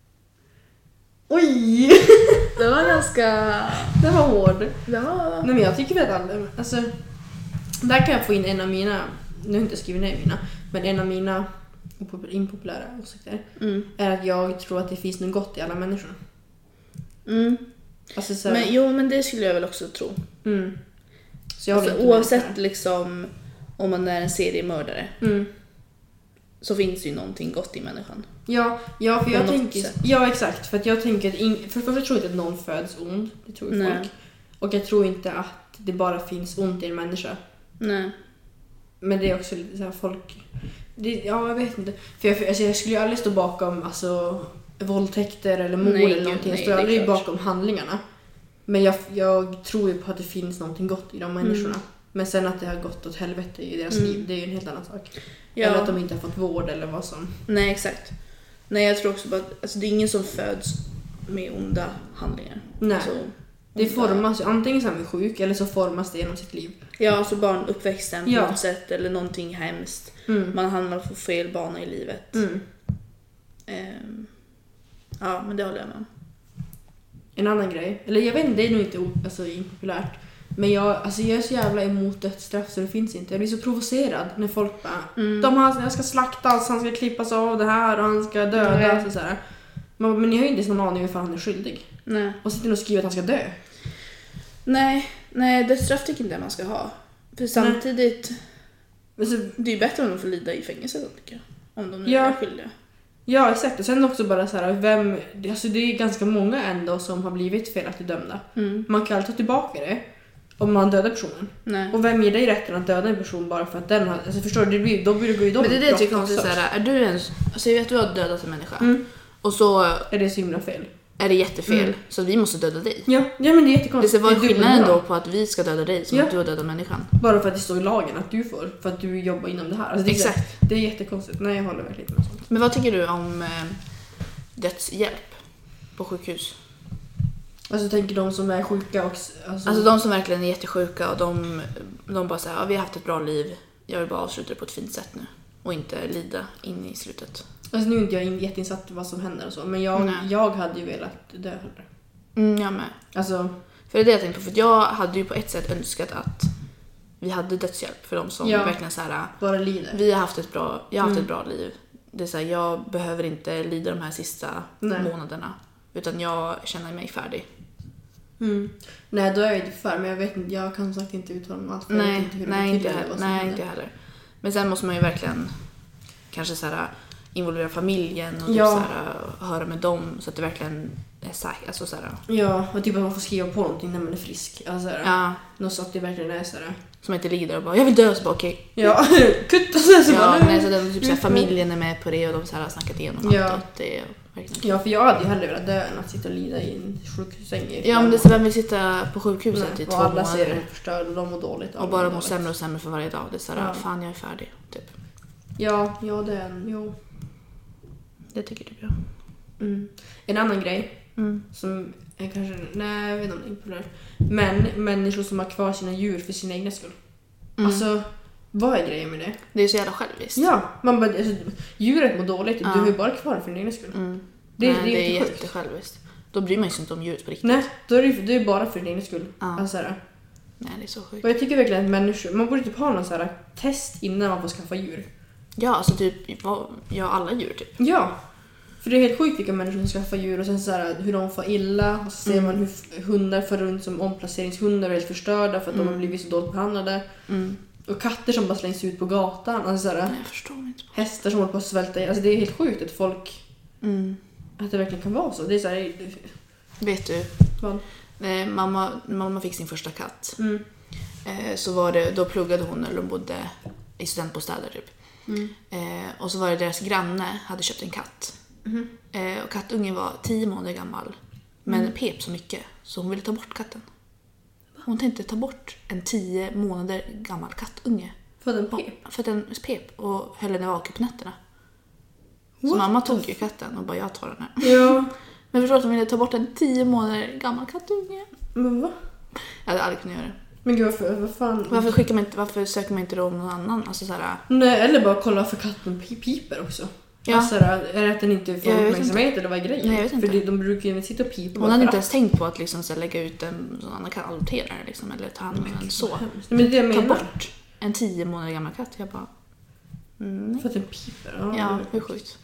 Oj! Det var ganska... Den var hård. Det var... Nej men jag tycker väl att alla... Alltså, där kan jag få in en av mina... Nu har jag inte skrivit ner mina. Men en av mina impopul- impopulära åsikter Mm. är att jag tror att det finns något gott i alla människor. Mm. Alltså så här, Men jo, men det skulle jag väl också tro. mm. Så jag håller Alltså, inte med oavsett där. liksom om man är en seriemördare Mm. så finns det ju någonting gott i människan. Ja, ja för På jag något tänker... sätt. Ja, exakt. För att jag tänker att... In, för det första tror jag inte att någon föds ond. Det tror ju Nej. folk. Och jag tror inte att det bara finns ont i en människa. Nej. Men det är också lite så här folk... Det, ja, jag vet inte. För jag, alltså, jag skulle ju aldrig stå bakom alltså, våldtäkter eller mord Nej, eller gud, någonting. Jag nej, står det är aldrig klart. bakom handlingarna. Men jag, jag tror ju på att det finns någonting gott i de människorna. Mm. Men sen att det har gått åt helvete i deras Mm. liv, det är ju en helt annan sak. Ja. Eller att de inte har fått vård eller vad som... Nej, exakt. Nej, jag tror också bara att alltså, det är ingen som föds med onda handlingar. Nej. Alltså, Det onda- formas ju, antingen så är man sjuk eller så formas det genom sitt liv. Ja, alltså barnuppväxten på Ja. något sätt eller någonting hemskt. Mm. Man hamnar på fel bana i livet. Mm. Ehm, ja, men det håller jag med om. En annan grej, eller jag vet inte, det är nog inte o- alltså, impopulärt. Men jag, alltså, jag är så jävla emot dödsstraff så det finns inte. Jag blir så provocerad när folk bara Mm. de har, jag ska slaktas, han ska klippas av det här och han ska dödas Nej. och så här. Men, men ni har ju inte ens någon aning om ifall han är skyldig. Nej. Och sitter och skriver att han ska dö. Nej, nej, dödsstraff tycker inte jag man ska ha. För samtidigt, Men så, det är ju bättre om de får lida i fängelse då, tycker jag. Om de nu Ja. är skyldiga. ja, exakt. Och sen också bara så här, vem, alltså det är ganska många ändå som har blivit felaktigt dömda. Mm. Man kan alltid ta tillbaka det om man dödar personen. Nej. Och vem ger dig rätten att döda en person bara för att den har... Alltså förstår du, det blir, då blir det gå i dem. Men det är det jag tycker är brott konstigt. också. Såhär, är du ens, säg att du har dödat en människa Mm. och så Är det så himla fel? är det jättefel Mm. så vi måste döda dig. Ja, ja men det är Det jättekonstigt. ska vara Det är skillnaden dubbelmoral. då på att vi ska döda dig som Ja. att du har dödat människan. Bara för att det står i lagen att du får, för att du jobbar inom det här. Alltså det, är, Exakt. det är jättekonstigt. Nej, jag håller verkligen med sånt. Men vad tycker du om eh, dödshjälp på sjukhus? Alltså tänker de som är sjuka och... Alltså, Alltså de som verkligen är jättesjuka och de, de bara säger ja, vi har haft ett bra liv, jag vill bara avsluta det på ett fint sätt nu och inte lida in i slutet. alltså nu är inte jag in- jätteinsatt i vad som händer och så, men jag, Nej. jag hade ju velat dö hellre. Mm, jag med. Alltså, För det är det jag tänkte på, för jag hade ju på ett sätt önskat att vi hade dödshjälp för de som Ja. verkligen så här, bara lider. vi har haft ett bra, jag har haft Mm. ett bra liv. Det är så här, jag behöver inte lida de här sista Nej. månaderna utan jag känner mig färdig. Mm. Nej, då är jag inte för, men jag vet inte, jag kan sagt inte uttala mig allt för jag vet Nej, inte hur det nej, går inte till eller heller. vad som nej händer. inte jag heller. Men sen måste man ju verkligen kanske så här, involvera familjen och typ Ja. så här, höra med dem så att det verkligen är säkert. Alltså så här, Ja, och typ att man får skriva på någonting när man är frisk. Alltså, ja, något så att det verkligen är sådär. som inte ligger där och bara jag vill dö så bara okej. Ja, kutta sig så Ja, bara, nej, så den, typ så här, familjen är med på det och de så här, har snackat igenom Ja. allt. Och det är verkligen... Ja, för jag hade ju hellre velat dö än att sitta och lida i en sjukhussäng i Ja, men det är så vem vill sitta på sjukhuset Nej, i och två alla ser månader det förstörda och de mår dåligt. och bara mår sämre och sämre för varje dag. Det är så här, Ja. fan jag är färdig. Typ. Ja, ja det är en, jo. Det tycker typ jag. Mm. En annan grej Mm. som är kanske, nej jag vet inte om det är impopulärt. Men människor som har kvar sina djur för sin egna skull. Mm. Alltså, vad är grejen med det? Det är så jävla själviskt. Ja, man bara, alltså, djuret mår dåligt, Ja. du har ju bara kvar det för din egna skull. Mm. Det, Nej, det är det är jättesjukt. jättesjälviskt. Då bryr man sig inte om djuret på riktigt. Nej, då är det, ju- det är bara för din egna skull. Ja. Alltså, så här. Nej, det är så sjukt. Och jag tycker verkligen att människor, man borde typ ha någon så här test innan man får skaffa djur. Ja, alltså typ, vad- ja alla djur typ. Ja, för det är helt sjukt vilka människor som skaffar djur och sen så här, hur de får illa och så ser Mm. man hur f- hundar får runt som omplaceringshundar och är helt förstörda för att de Mm. har blivit så dåligt behandlade. Mm. Och katter som bara slängs ut på gatan, alltså så här, Nej, jag förstår inte. hästar som håller på att svälta ihjäl. Alltså det är helt sjukt att folk, Mm. att det verkligen kan vara så. Det är så här, Vet du, vad? eh, mamma, mamma fick sin första katt. Mm. Eh, så var det, då pluggade hon eller hon bodde i studentbostäder typ. Mm. Eh, och så var det deras granne hade köpt en katt. Mhm. Eh, och kattungen var tio månader gammal. Men Mm. pep så mycket så hon ville ta bort katten. Hon tänkte ta bort en tio månader gammal kattunge. För den Och, pep. för att den pep och höll henne vaken på nätterna. Så What mamma the tog ju katten och bara jag tar den här. Ja, Men förstår att hon ville ta bort en tio månader gammal kattunge. men va? Jag hade aldrig kunnat göra det. Men gud varför, vad fan? Varför, skickar man inte, varför söker man inte då om någon annan? Alltså så här, Nej, eller bara kolla för katten pi- piper också. Ja. Alltså, är det att den inte får Jag vet uppmärksamhet eller vad är grejen? Nej, jag vet inte. För det, de brukar ju sitta och pipa. hon bara hade för inte att. ens tänkt på att liksom, så här, lägga ut en sån annan katt, adoptera den liksom, eller ta hand om den så. Hemskt. Men det är det jag Ta menar. bort en tio månader gammal katt. Jag bara... Mm, För att den piper. Ja, ja, det hur är sjukt.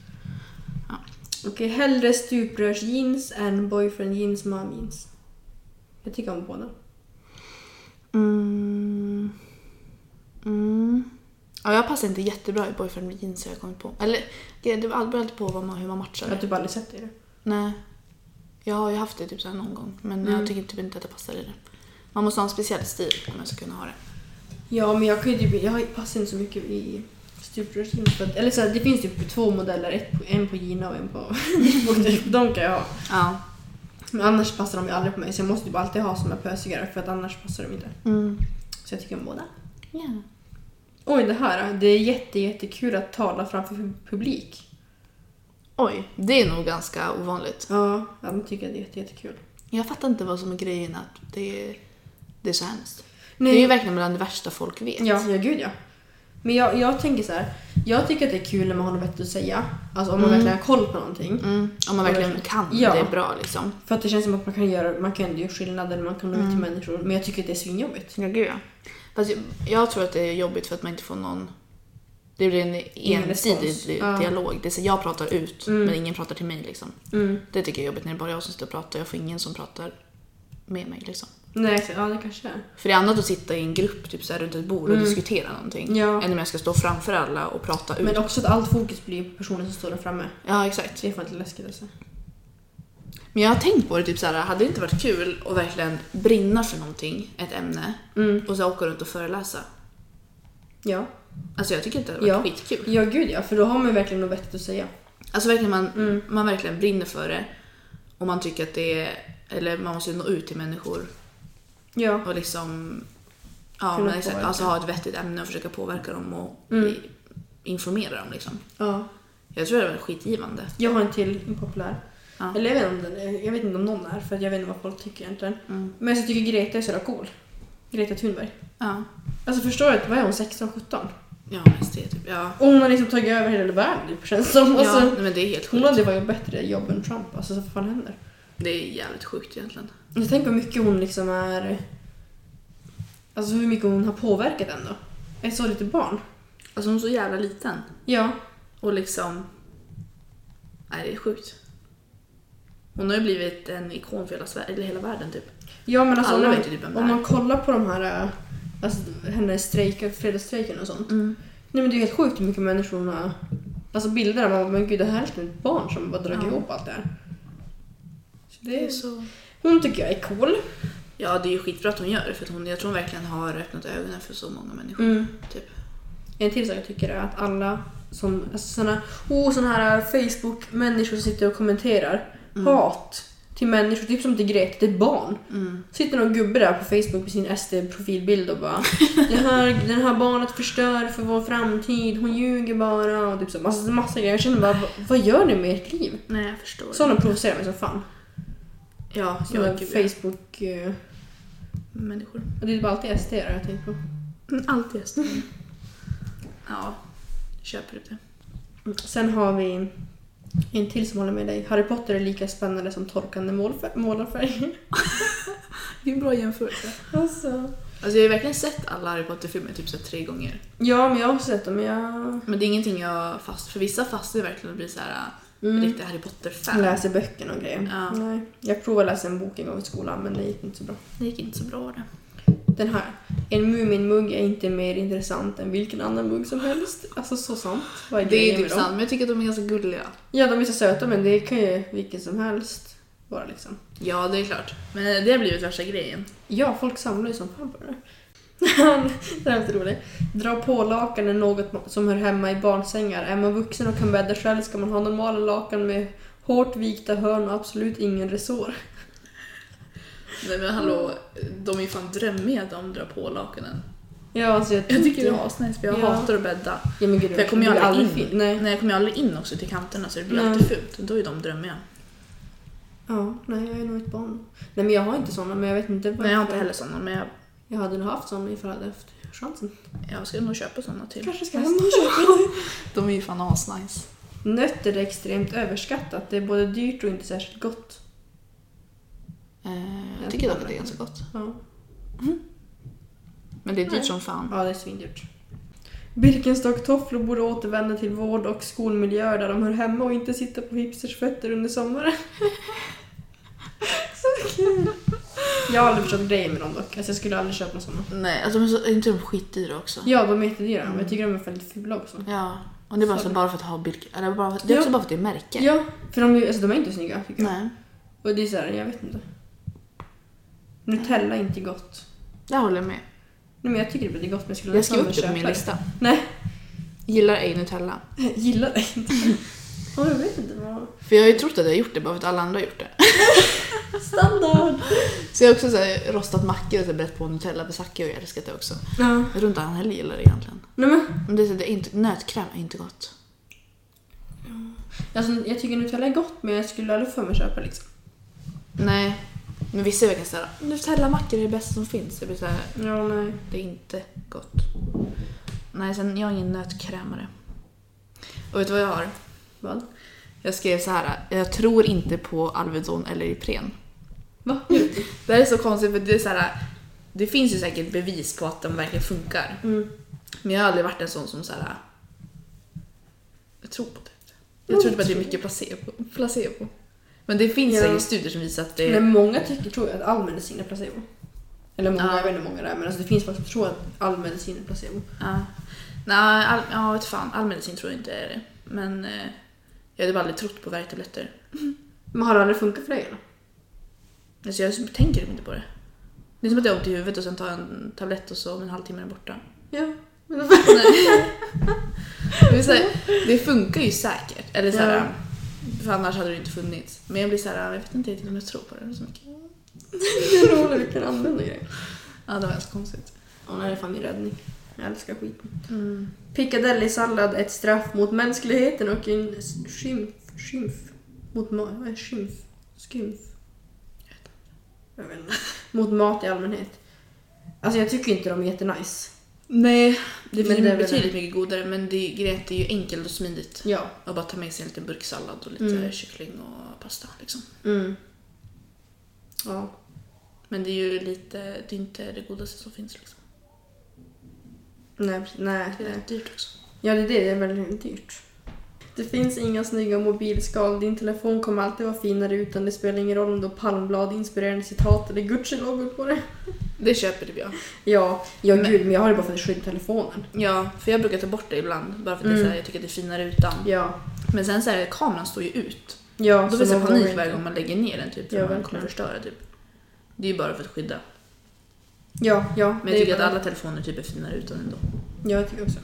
Okej, hellre stuprörsjeans än boyfriend jeans, mom jeans. Jag tycker om båda. Mm. Mm. Ja, jag passar inte jättebra i boyfriend med jeans, jag kommit på. Eller det beror alltid på vad man, hur man matchar. Jag har typ aldrig sett det i det. Nej. Jag har ju haft det typ så här någon gång. Men Mm. jag tycker typ inte att det passar i det. Man måste ha en speciell stil om jag ska kunna ha det. Ja, men jag kan ju typ, jag passar inte så mycket i stuprörsjeans. Eller så här, det finns typ två modeller. Ett på, en på Gina och en på... de kan jag ha. Ja. Men annars passar de ju aldrig på mig. Så jag måste typ alltid ha som är pösigare. För att annars passar de inte. Mm. Så jag tycker om båda. Ja. Oj, det här. Det är jätte, jättekul att tala framför publik. Oj, det är nog ganska ovanligt. Ja, jag tycker det är jätte, jättekul. Jag fattar inte vad som är grejen att det är, det är så hemskt. Nej. Det är ju verkligen bland det värsta folk vet. Ja, ja gud ja. Men jag, jag tänker så här. Jag tycker att det är kul när man har något vettigt att säga. Alltså om man Mm. verkligen har koll på någonting. Mm. Om man verkligen kan, Ja. det är bra liksom. För att det känns som att man kan göra, man kan göra skillnad eller man kan nå ut till människor. Men jag tycker att det är svinjobbigt. Ja, gud ja. Fast jag, jag tror att det är jobbigt för att man inte får någon... Det blir en Ingen ensidig respons. di- Ja. dialog. Det är så jag pratar ut, Mm. men ingen pratar till mig liksom. Mm. Det tycker jag är jobbigt när det är bara jag som står och pratar. Jag får ingen som pratar med mig liksom. Nej, så, ja det kanske är. För det är annat att sitta i en grupp typ så här, runt ett bord och Mm. diskutera någonting. Ja. Än om jag ska stå framför alla och prata ut. Men också att allt fokus blir på personen som står där framme. Ja, exakt. Det är fan lite läskigt alltså. Men jag har tänkt på det typ så här, hade det inte varit kul att verkligen brinna för någonting, ett ämne, Mm. och så åka runt och föreläsa? Ja. Alltså jag tycker inte det hade varit Ja. skitkul. Ja, gud ja. För då har man verkligen något vettigt att säga. Alltså verkligen man, Mm. man verkligen brinner för det. Och man tycker att det är, eller man måste nå ut till människor Ja. och liksom ja, Kunna men exakt, påverka. alltså ha ett vettigt ämne och försöka påverka dem och Mm. i, informera dem liksom. Ja. Jag tror det var skitgivande. Jag har en till impopulär. Ja. Eller jag vet, inte om den, jag vet inte om någon är, för jag vet inte vad folk tycker egentligen. Mm. Men jag tycker Greta är så jävla cool. Greta Thunberg. Ja. Alltså förstår du, vad är hon, sexton sjutton? Ja, mest det typ. Ja. Och hon har liksom tagit över hela världen typ, känns det som. Alltså, Ja, nej, men det är helt hon sjukt. hade varit bättre jobb än Trump. Alltså vad fan händer? Det är jävligt sjukt egentligen. Jag tänker hur mycket hon liksom är... Alltså hur mycket hon har påverkat ändå. Ett så litet barn. Alltså hon är så jävla liten. Ja. Och liksom... Nej, det är sjukt. Hon har ju blivit en ikon för hela, Sverige, eller hela världen typ. Ja men alltså Alla om man, vet ju typ vem det om är. man kollar på de här... Alltså hennes strejker, fredagsstrejken och sånt. Mm. Nej men det är helt sjukt hur mycket människor hon har... Alltså bilder där man bara, men gud det här är ett barn som bara drar Ja. ihop allt det här. Så det Det är är så... Hon tycker jag är cool. Ja, det är ju skitbra att hon gör det. För att hon, jag tror hon verkligen har öppnat ögonen för så många människor. Mm. Typ. En till sak jag tycker är att alla som, alltså såna, oh, såna här Facebook-människor som sitter och kommenterar Mm. hat till människor, typ som till Greta, till ett barn. Mm. Sitter någon gubbe där på Facebook med sin S D-profilbild och bara det här, den här barnet förstör för vår framtid, hon ljuger bara och typ så, massa, massa grejer. Jag känner bara, vad, vad gör ni med ert liv? Nej, jag förstår. Sådana provocerar mig som fan. Ja, Sådana jag typ Facebook... Uh, människor. och det är bara alltid S D jag tänker på. Mm, alltid just det. Ja, köper du det? Sen har vi en till som håller med dig. Harry Potter är lika spännande som torkande målfär- målarfärg. Det är en bra jämförelse. Alltså. Alltså jag har verkligen sett alla Harry Potter-filmer typ så här tre gånger. Ja, men jag har också sett dem. Men jag Men det är ingenting jag fast för vissa fastnar verkligen att bli så här Mm. riktigt Harry Potter-fan. läser böckerna och grejer. Ja. Nej. Jag provade läsa en bok en gång i skolan, men det gick inte så bra. Det gick inte så bra det. Den här. En Mumin-mugg är inte mer intressant än vilken annan mugg som helst. Alltså så sant. Vad är Det är grejen typ med dem? sant, men jag tycker att de är ganska gulliga. Ja, de är så söta, men det kan ju vilken som helst vara liksom. Ja, det är klart. Men det har blivit värsta grejen. Ja, folk samlar ju som fan på det där. Det är inte roligt. Dra på lakan är något som hör hemma i barnsängar. Är man vuxen och kan bädda själv ska man ha normala lakan med hårt vikta hörn och absolut ingen resår. Nej men hallå, de är ju fan drömmiga att de drar på lakanen. Ja, alltså jag, Jag tycker det är asnice för jag Ja. hatar att bädda. Ja, men gud, För jag kommer ju det blir aldrig in. fin. Nej. Nej, jag kommer ju aldrig in också till kanterna så det blir Nej. alltid fult. Då är de drömmiga. Ja, nej, jag är nog ett barn. Nej, men jag har inte såna, men jag vet inte varför. Nej, jag har inte heller sådana, men jag, Jag hade nog haft såna ifall jag hade haft chansen. jag ska nog köpa sådana till. Kanske ska jag hem och köpa. De är ju fan asnice. Nötter är extremt överskattat. Det är både dyrt och inte särskilt gott. Eh, jag tycker dock att det är ganska gott. Ja, Men det är dyrt Nej. som fan. ja det är svindyrt. Birkenstock-tofflor borde återvända till vård- och skolmiljöer där de hör hemma och inte sitta på hipsters fötter under sommaren. Så kul. Jag har aldrig förstått grejen med dem dock. Alltså jag skulle aldrig köpa sådana. Nej, alltså de är, så, är inte de skitdyra också? Ja, de är jättedyra. Mm. Men jag tycker de är väldigt fula också. Ja, och det är bara, så bara för att ha bild... Eller bara för, det är också ja. bara för att det är märke. Ja, för de är, alltså, de är inte snygga tycker jag. Nej. Och det är så här, jag vet inte. Nutella är inte gott. Det håller jag med. Nej, men jag tycker det blir gott, men jag skulle Jag skriver upp det köpa på min lista. Nej. Gillar ej Nutella. Jag gillar det inte. Ja, jag vet inte vad... För jag har ju trott att jag har gjort det bara för att alla andra har gjort det. Standard! Så jag har också så här, rostat mackor och så brett på Nutella för Zacke och jag älskar det också. Ja. Jag tror inte han heller gillar det egentligen. Nej men... Men det är, så, det är inte, nötkräm är inte gott. Alltså, jag tycker Nutella är gott, men jag skulle aldrig få mig köpa liksom. Nej. Men vissa är verkligen såhär, Nutella-mackor är det bästa som finns. Jag blir såhär, Ja, nej. det är inte gott. Nej, sen jag är ingen nötkrämare. Och vet du vad jag har? Vad? Jag skrev så här: jag tror inte på Alvedon eller Ipren. Va? Det här är så konstigt för det är så här, det finns ju säkert bevis på att de verkligen funkar. Mm. Men jag har aldrig varit en sån som så här, jag tror på det. Jag tror inte att det är mycket placebo. placebo. Men det finns Ja. säkert studier som visar att det Men många tycker, tror jag, att all medicin är placebo. Eller många, Ja. jag vet inte många det är, men alltså det finns folk som tror att all medicin är placebo. Ja. Nej, all, ja, vet fan, all medicin tror jag inte är det. Men eh, jag hade bara aldrig trott på värktabletter. Men har det aldrig funkat för dig eller? Alltså jag tänker inte på det. Det är som att jag har ont i huvudet och sen tar jag en tablett och så om en halvtimme är den borta. Ja. Nej. Det, är så här, det funkar ju säkert. Eller så här, Ja. för annars hade det inte funnits. Men jag blir så här, jag vet inte riktigt om jag tror på det så mycket. Det är roligt vi kan använda grejer. Ja, det var ganska konstigt. Ja, det är fan min räddning. Jag älskar skiten. Mm. Piccadilly-sallad, ett straff mot mänskligheten och en skymf. Skymf. Mot mat. Vad är skymf? Skymf. Jag vet inte. Mot mat i allmänhet. Alltså jag tycker inte de är jättenice. Nej, det Men finns det är väl betydligt mycket godare. Men det, grejen är ju enkelt och smidigt. Ja. Och bara ta med sig en liten burksallad och lite Mm. kyckling och pasta liksom. Mm. Ja. Men det är ju lite, det är inte det godaste som finns liksom. Nej, precis. nej. Det är nej. rätt dyrt också. Ja, det är det. Det är väldigt dyrt. Det finns inga snygga mobilskal. Din telefon kommer alltid vara finare utan det spelar ingen roll om du har palmblad, inspirerande citat eller Gucci-logo på det. Det köper det jag. Ja, ja Men- gud, men jag har det bara för att skydda telefonen. Ja, för jag brukar ta bort det ibland. Bara för att det är Mm. så här, jag tycker att det är finare utan. Ja. Men sen så här, kameran står ju ut. Ja, Då finns det man panik vågar varje inte. gång man lägger ner den typ. För Ja, man verkligen. kommer förstöra typ. Det är ju bara för att skydda. Ja, ja. Men jag tycker att alla telefoner typ är finare utan ändå. Ja, jag tycker också.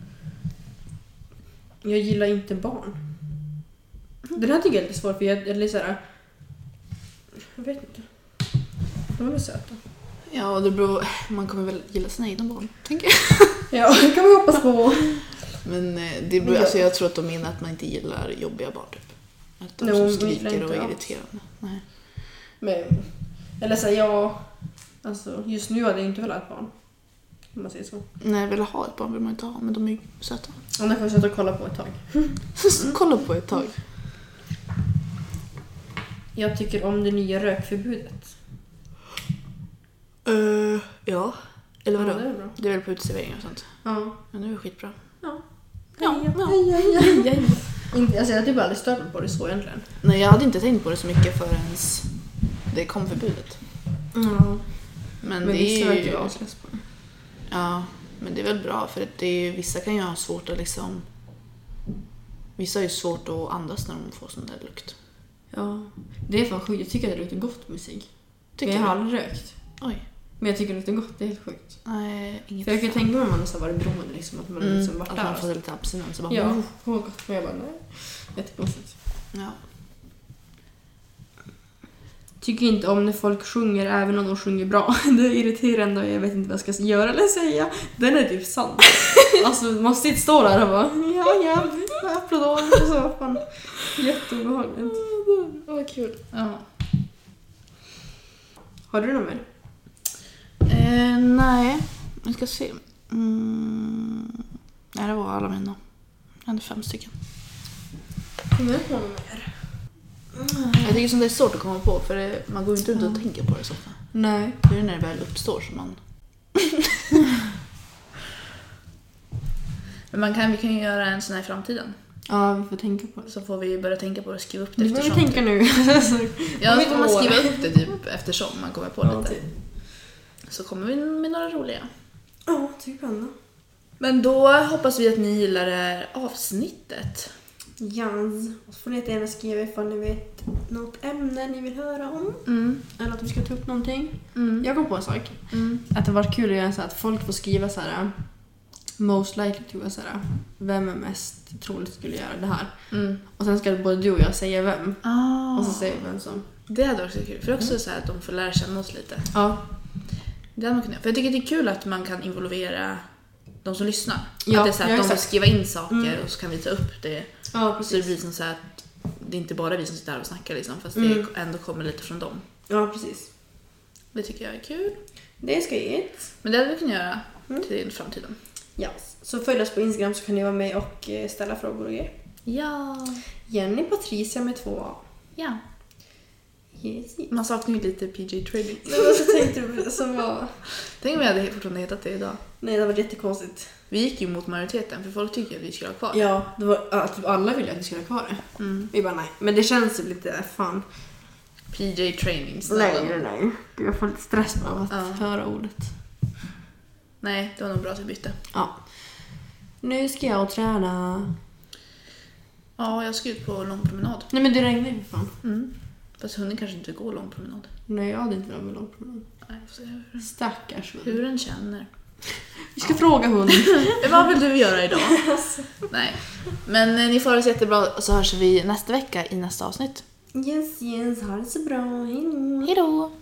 Jag gillar inte barn. Den här tycker jag är lite svår för jag är lite såhär... Jag vet inte. De är väl söta. Ja, och det beror, man kommer väl gilla sina egna barn, tänker jag. Ja, det kan vi hoppas på. Men eh, det beror, Ja. alltså, jag tror att de menar att man inte gillar jobbiga barn typ. Att de Jo, som men gillar skriker inte och är alls. irriterande. Nej. Men, eller såhär, ja... Alltså, just nu hade jag inte velat ha ett barn. Om man säger så. Nej, jag vill ha ett barn vill man inte ha, men de är ju söta. Ja, det får jag sätta och kolla på ett tag. Kolla på ett tag. Jag tycker om det nya rökförbudet. Uh, ja, eller vadå? Ja, det är bra. Det är väl på uteserveringar och sånt. Ja. Men det är skitbra. Ja. Ja, ja. Hej, hej, hej, hej. Inte, alltså jag har typ aldrig stört mig på det så egentligen. Nej, jag hade inte tänkt på det så mycket förrän det kom förbudet. Ja. Men, Men det vissa är verkar ju... ju aslös på det. Ja, men det är väl bra för att det är, ju- vissa kan ju ha svårt att liksom... Vissa har ju svårt att andas när de får sån där lukt. Ja. Det är fan sjukt. Jag tycker att det luktar gott med sig. Tycker Men jag har du? aldrig rökt. Oj. Men jag tycker det luktar gott. Det är helt sjukt. Nej, inget För jag kan ju fan. tänka mig om man har så här varit beroende liksom. Att man Mm, liksom varit att där. man och får så. lite abstinens. Så bara, Ja, oh. vad gott. Men jag bara nej. Jättekonstigt. Ja. Tycker inte om när folk sjunger även om de sjunger bra. Det är irriterande och jag vet inte vad jag ska göra eller säga. Den är typ sant. Alltså man måste inte stå där och bara ja, ja, applåder och så. Fan. Jätteobehagligt. Vad kul. Ja. Har du något mer? Eh, nej, jag ska se. Mm. Nej, det var alla mina. Jag hade fem stycken. Kommer jag på något mer? Jag tycker som det är svårt att komma på för det, man går ju inte ut och tänker på det så ofta. Nej. Det är när det väl uppstår som man... Men man kan, vi kan ju göra en sån här i framtiden. Ja, vi får tänka på det. Så får vi börja tänka på det och skriva upp det Det får vi eftersom. tänka nu. Ja, Om så ett får man år. skriva upp det typ eftersom man kommer på Ja, lite. typ. Så kommer vi med några roliga. Ja, typ ändå. Men då hoppas vi att ni gillar det här avsnittet. Jans. Och så får ni gärna skriva ifall ni vet något ämne ni vill höra om. Mm. Eller att vi ska ta upp någonting. Mm. Jag kom på en sak. Mm. Att det var kul att göra så att folk får skriva så här. Most likely to så här. Vem är mest troligt skulle göra det här. Mm. Och sen ska både du och jag säga vem. Ah. Och så säger vi vem som. Det hade varit så kul. För också så här att de får lära känna oss lite. Ja. Det hade man kunnat. För jag tycker det är kul att man kan involvera de som lyssnar. Ja, att det är så att ja, de får exakt. skriva in saker Mm. och så kan vi ta upp det. Ja, Så det precis. blir som så här att det är inte bara vi som sitter här och snackar liksom, fast Mm. det ändå kommer lite från dem. Ja, precis. Det tycker jag är kul. Det ska jag. Men det hade vi kunnat göra Mm. till framtiden. Ja. Så följ oss på Instagram så kan ni vara med och eh, ställa frågor och grejer. Ja. Jenny Patricia med två A. Ja. Yes. Man saknar ju lite P J Trading. Men vad så tänkte du som var... Tänk om vi hade fortfarande hetat det idag. Nej, det var jättekonstigt. Vi gick ju mot majoriteten för folk tycker att vi ska ha kvar. Ja, det var att alla ville att vi skulle ha kvar det. Mm. Vi bara nej. Men det känns ju lite fan. P J Training. Nej, snälla. nej, nej. Jag får lite stress av att Ja. höra ordet. Nej, det var nog bra att vi bytte. Ja. Nu ska jag träna. Ja, jag ska ut på lång promenad. Nej, men det regnar ju för fan. Mm. Fast hunden kanske inte går lång promenad. Nej, jag hade inte velat med lång promenad. Nej, får se hur, Stackars hund. hur den känner. Vi ska fråga hunden. Vad vill du göra idag? Nej. Men eh, ni får det så jättebra så hörs vi nästa vecka i nästa avsnitt. Yes, yes. Ha det så bra. Hej då. Hej då!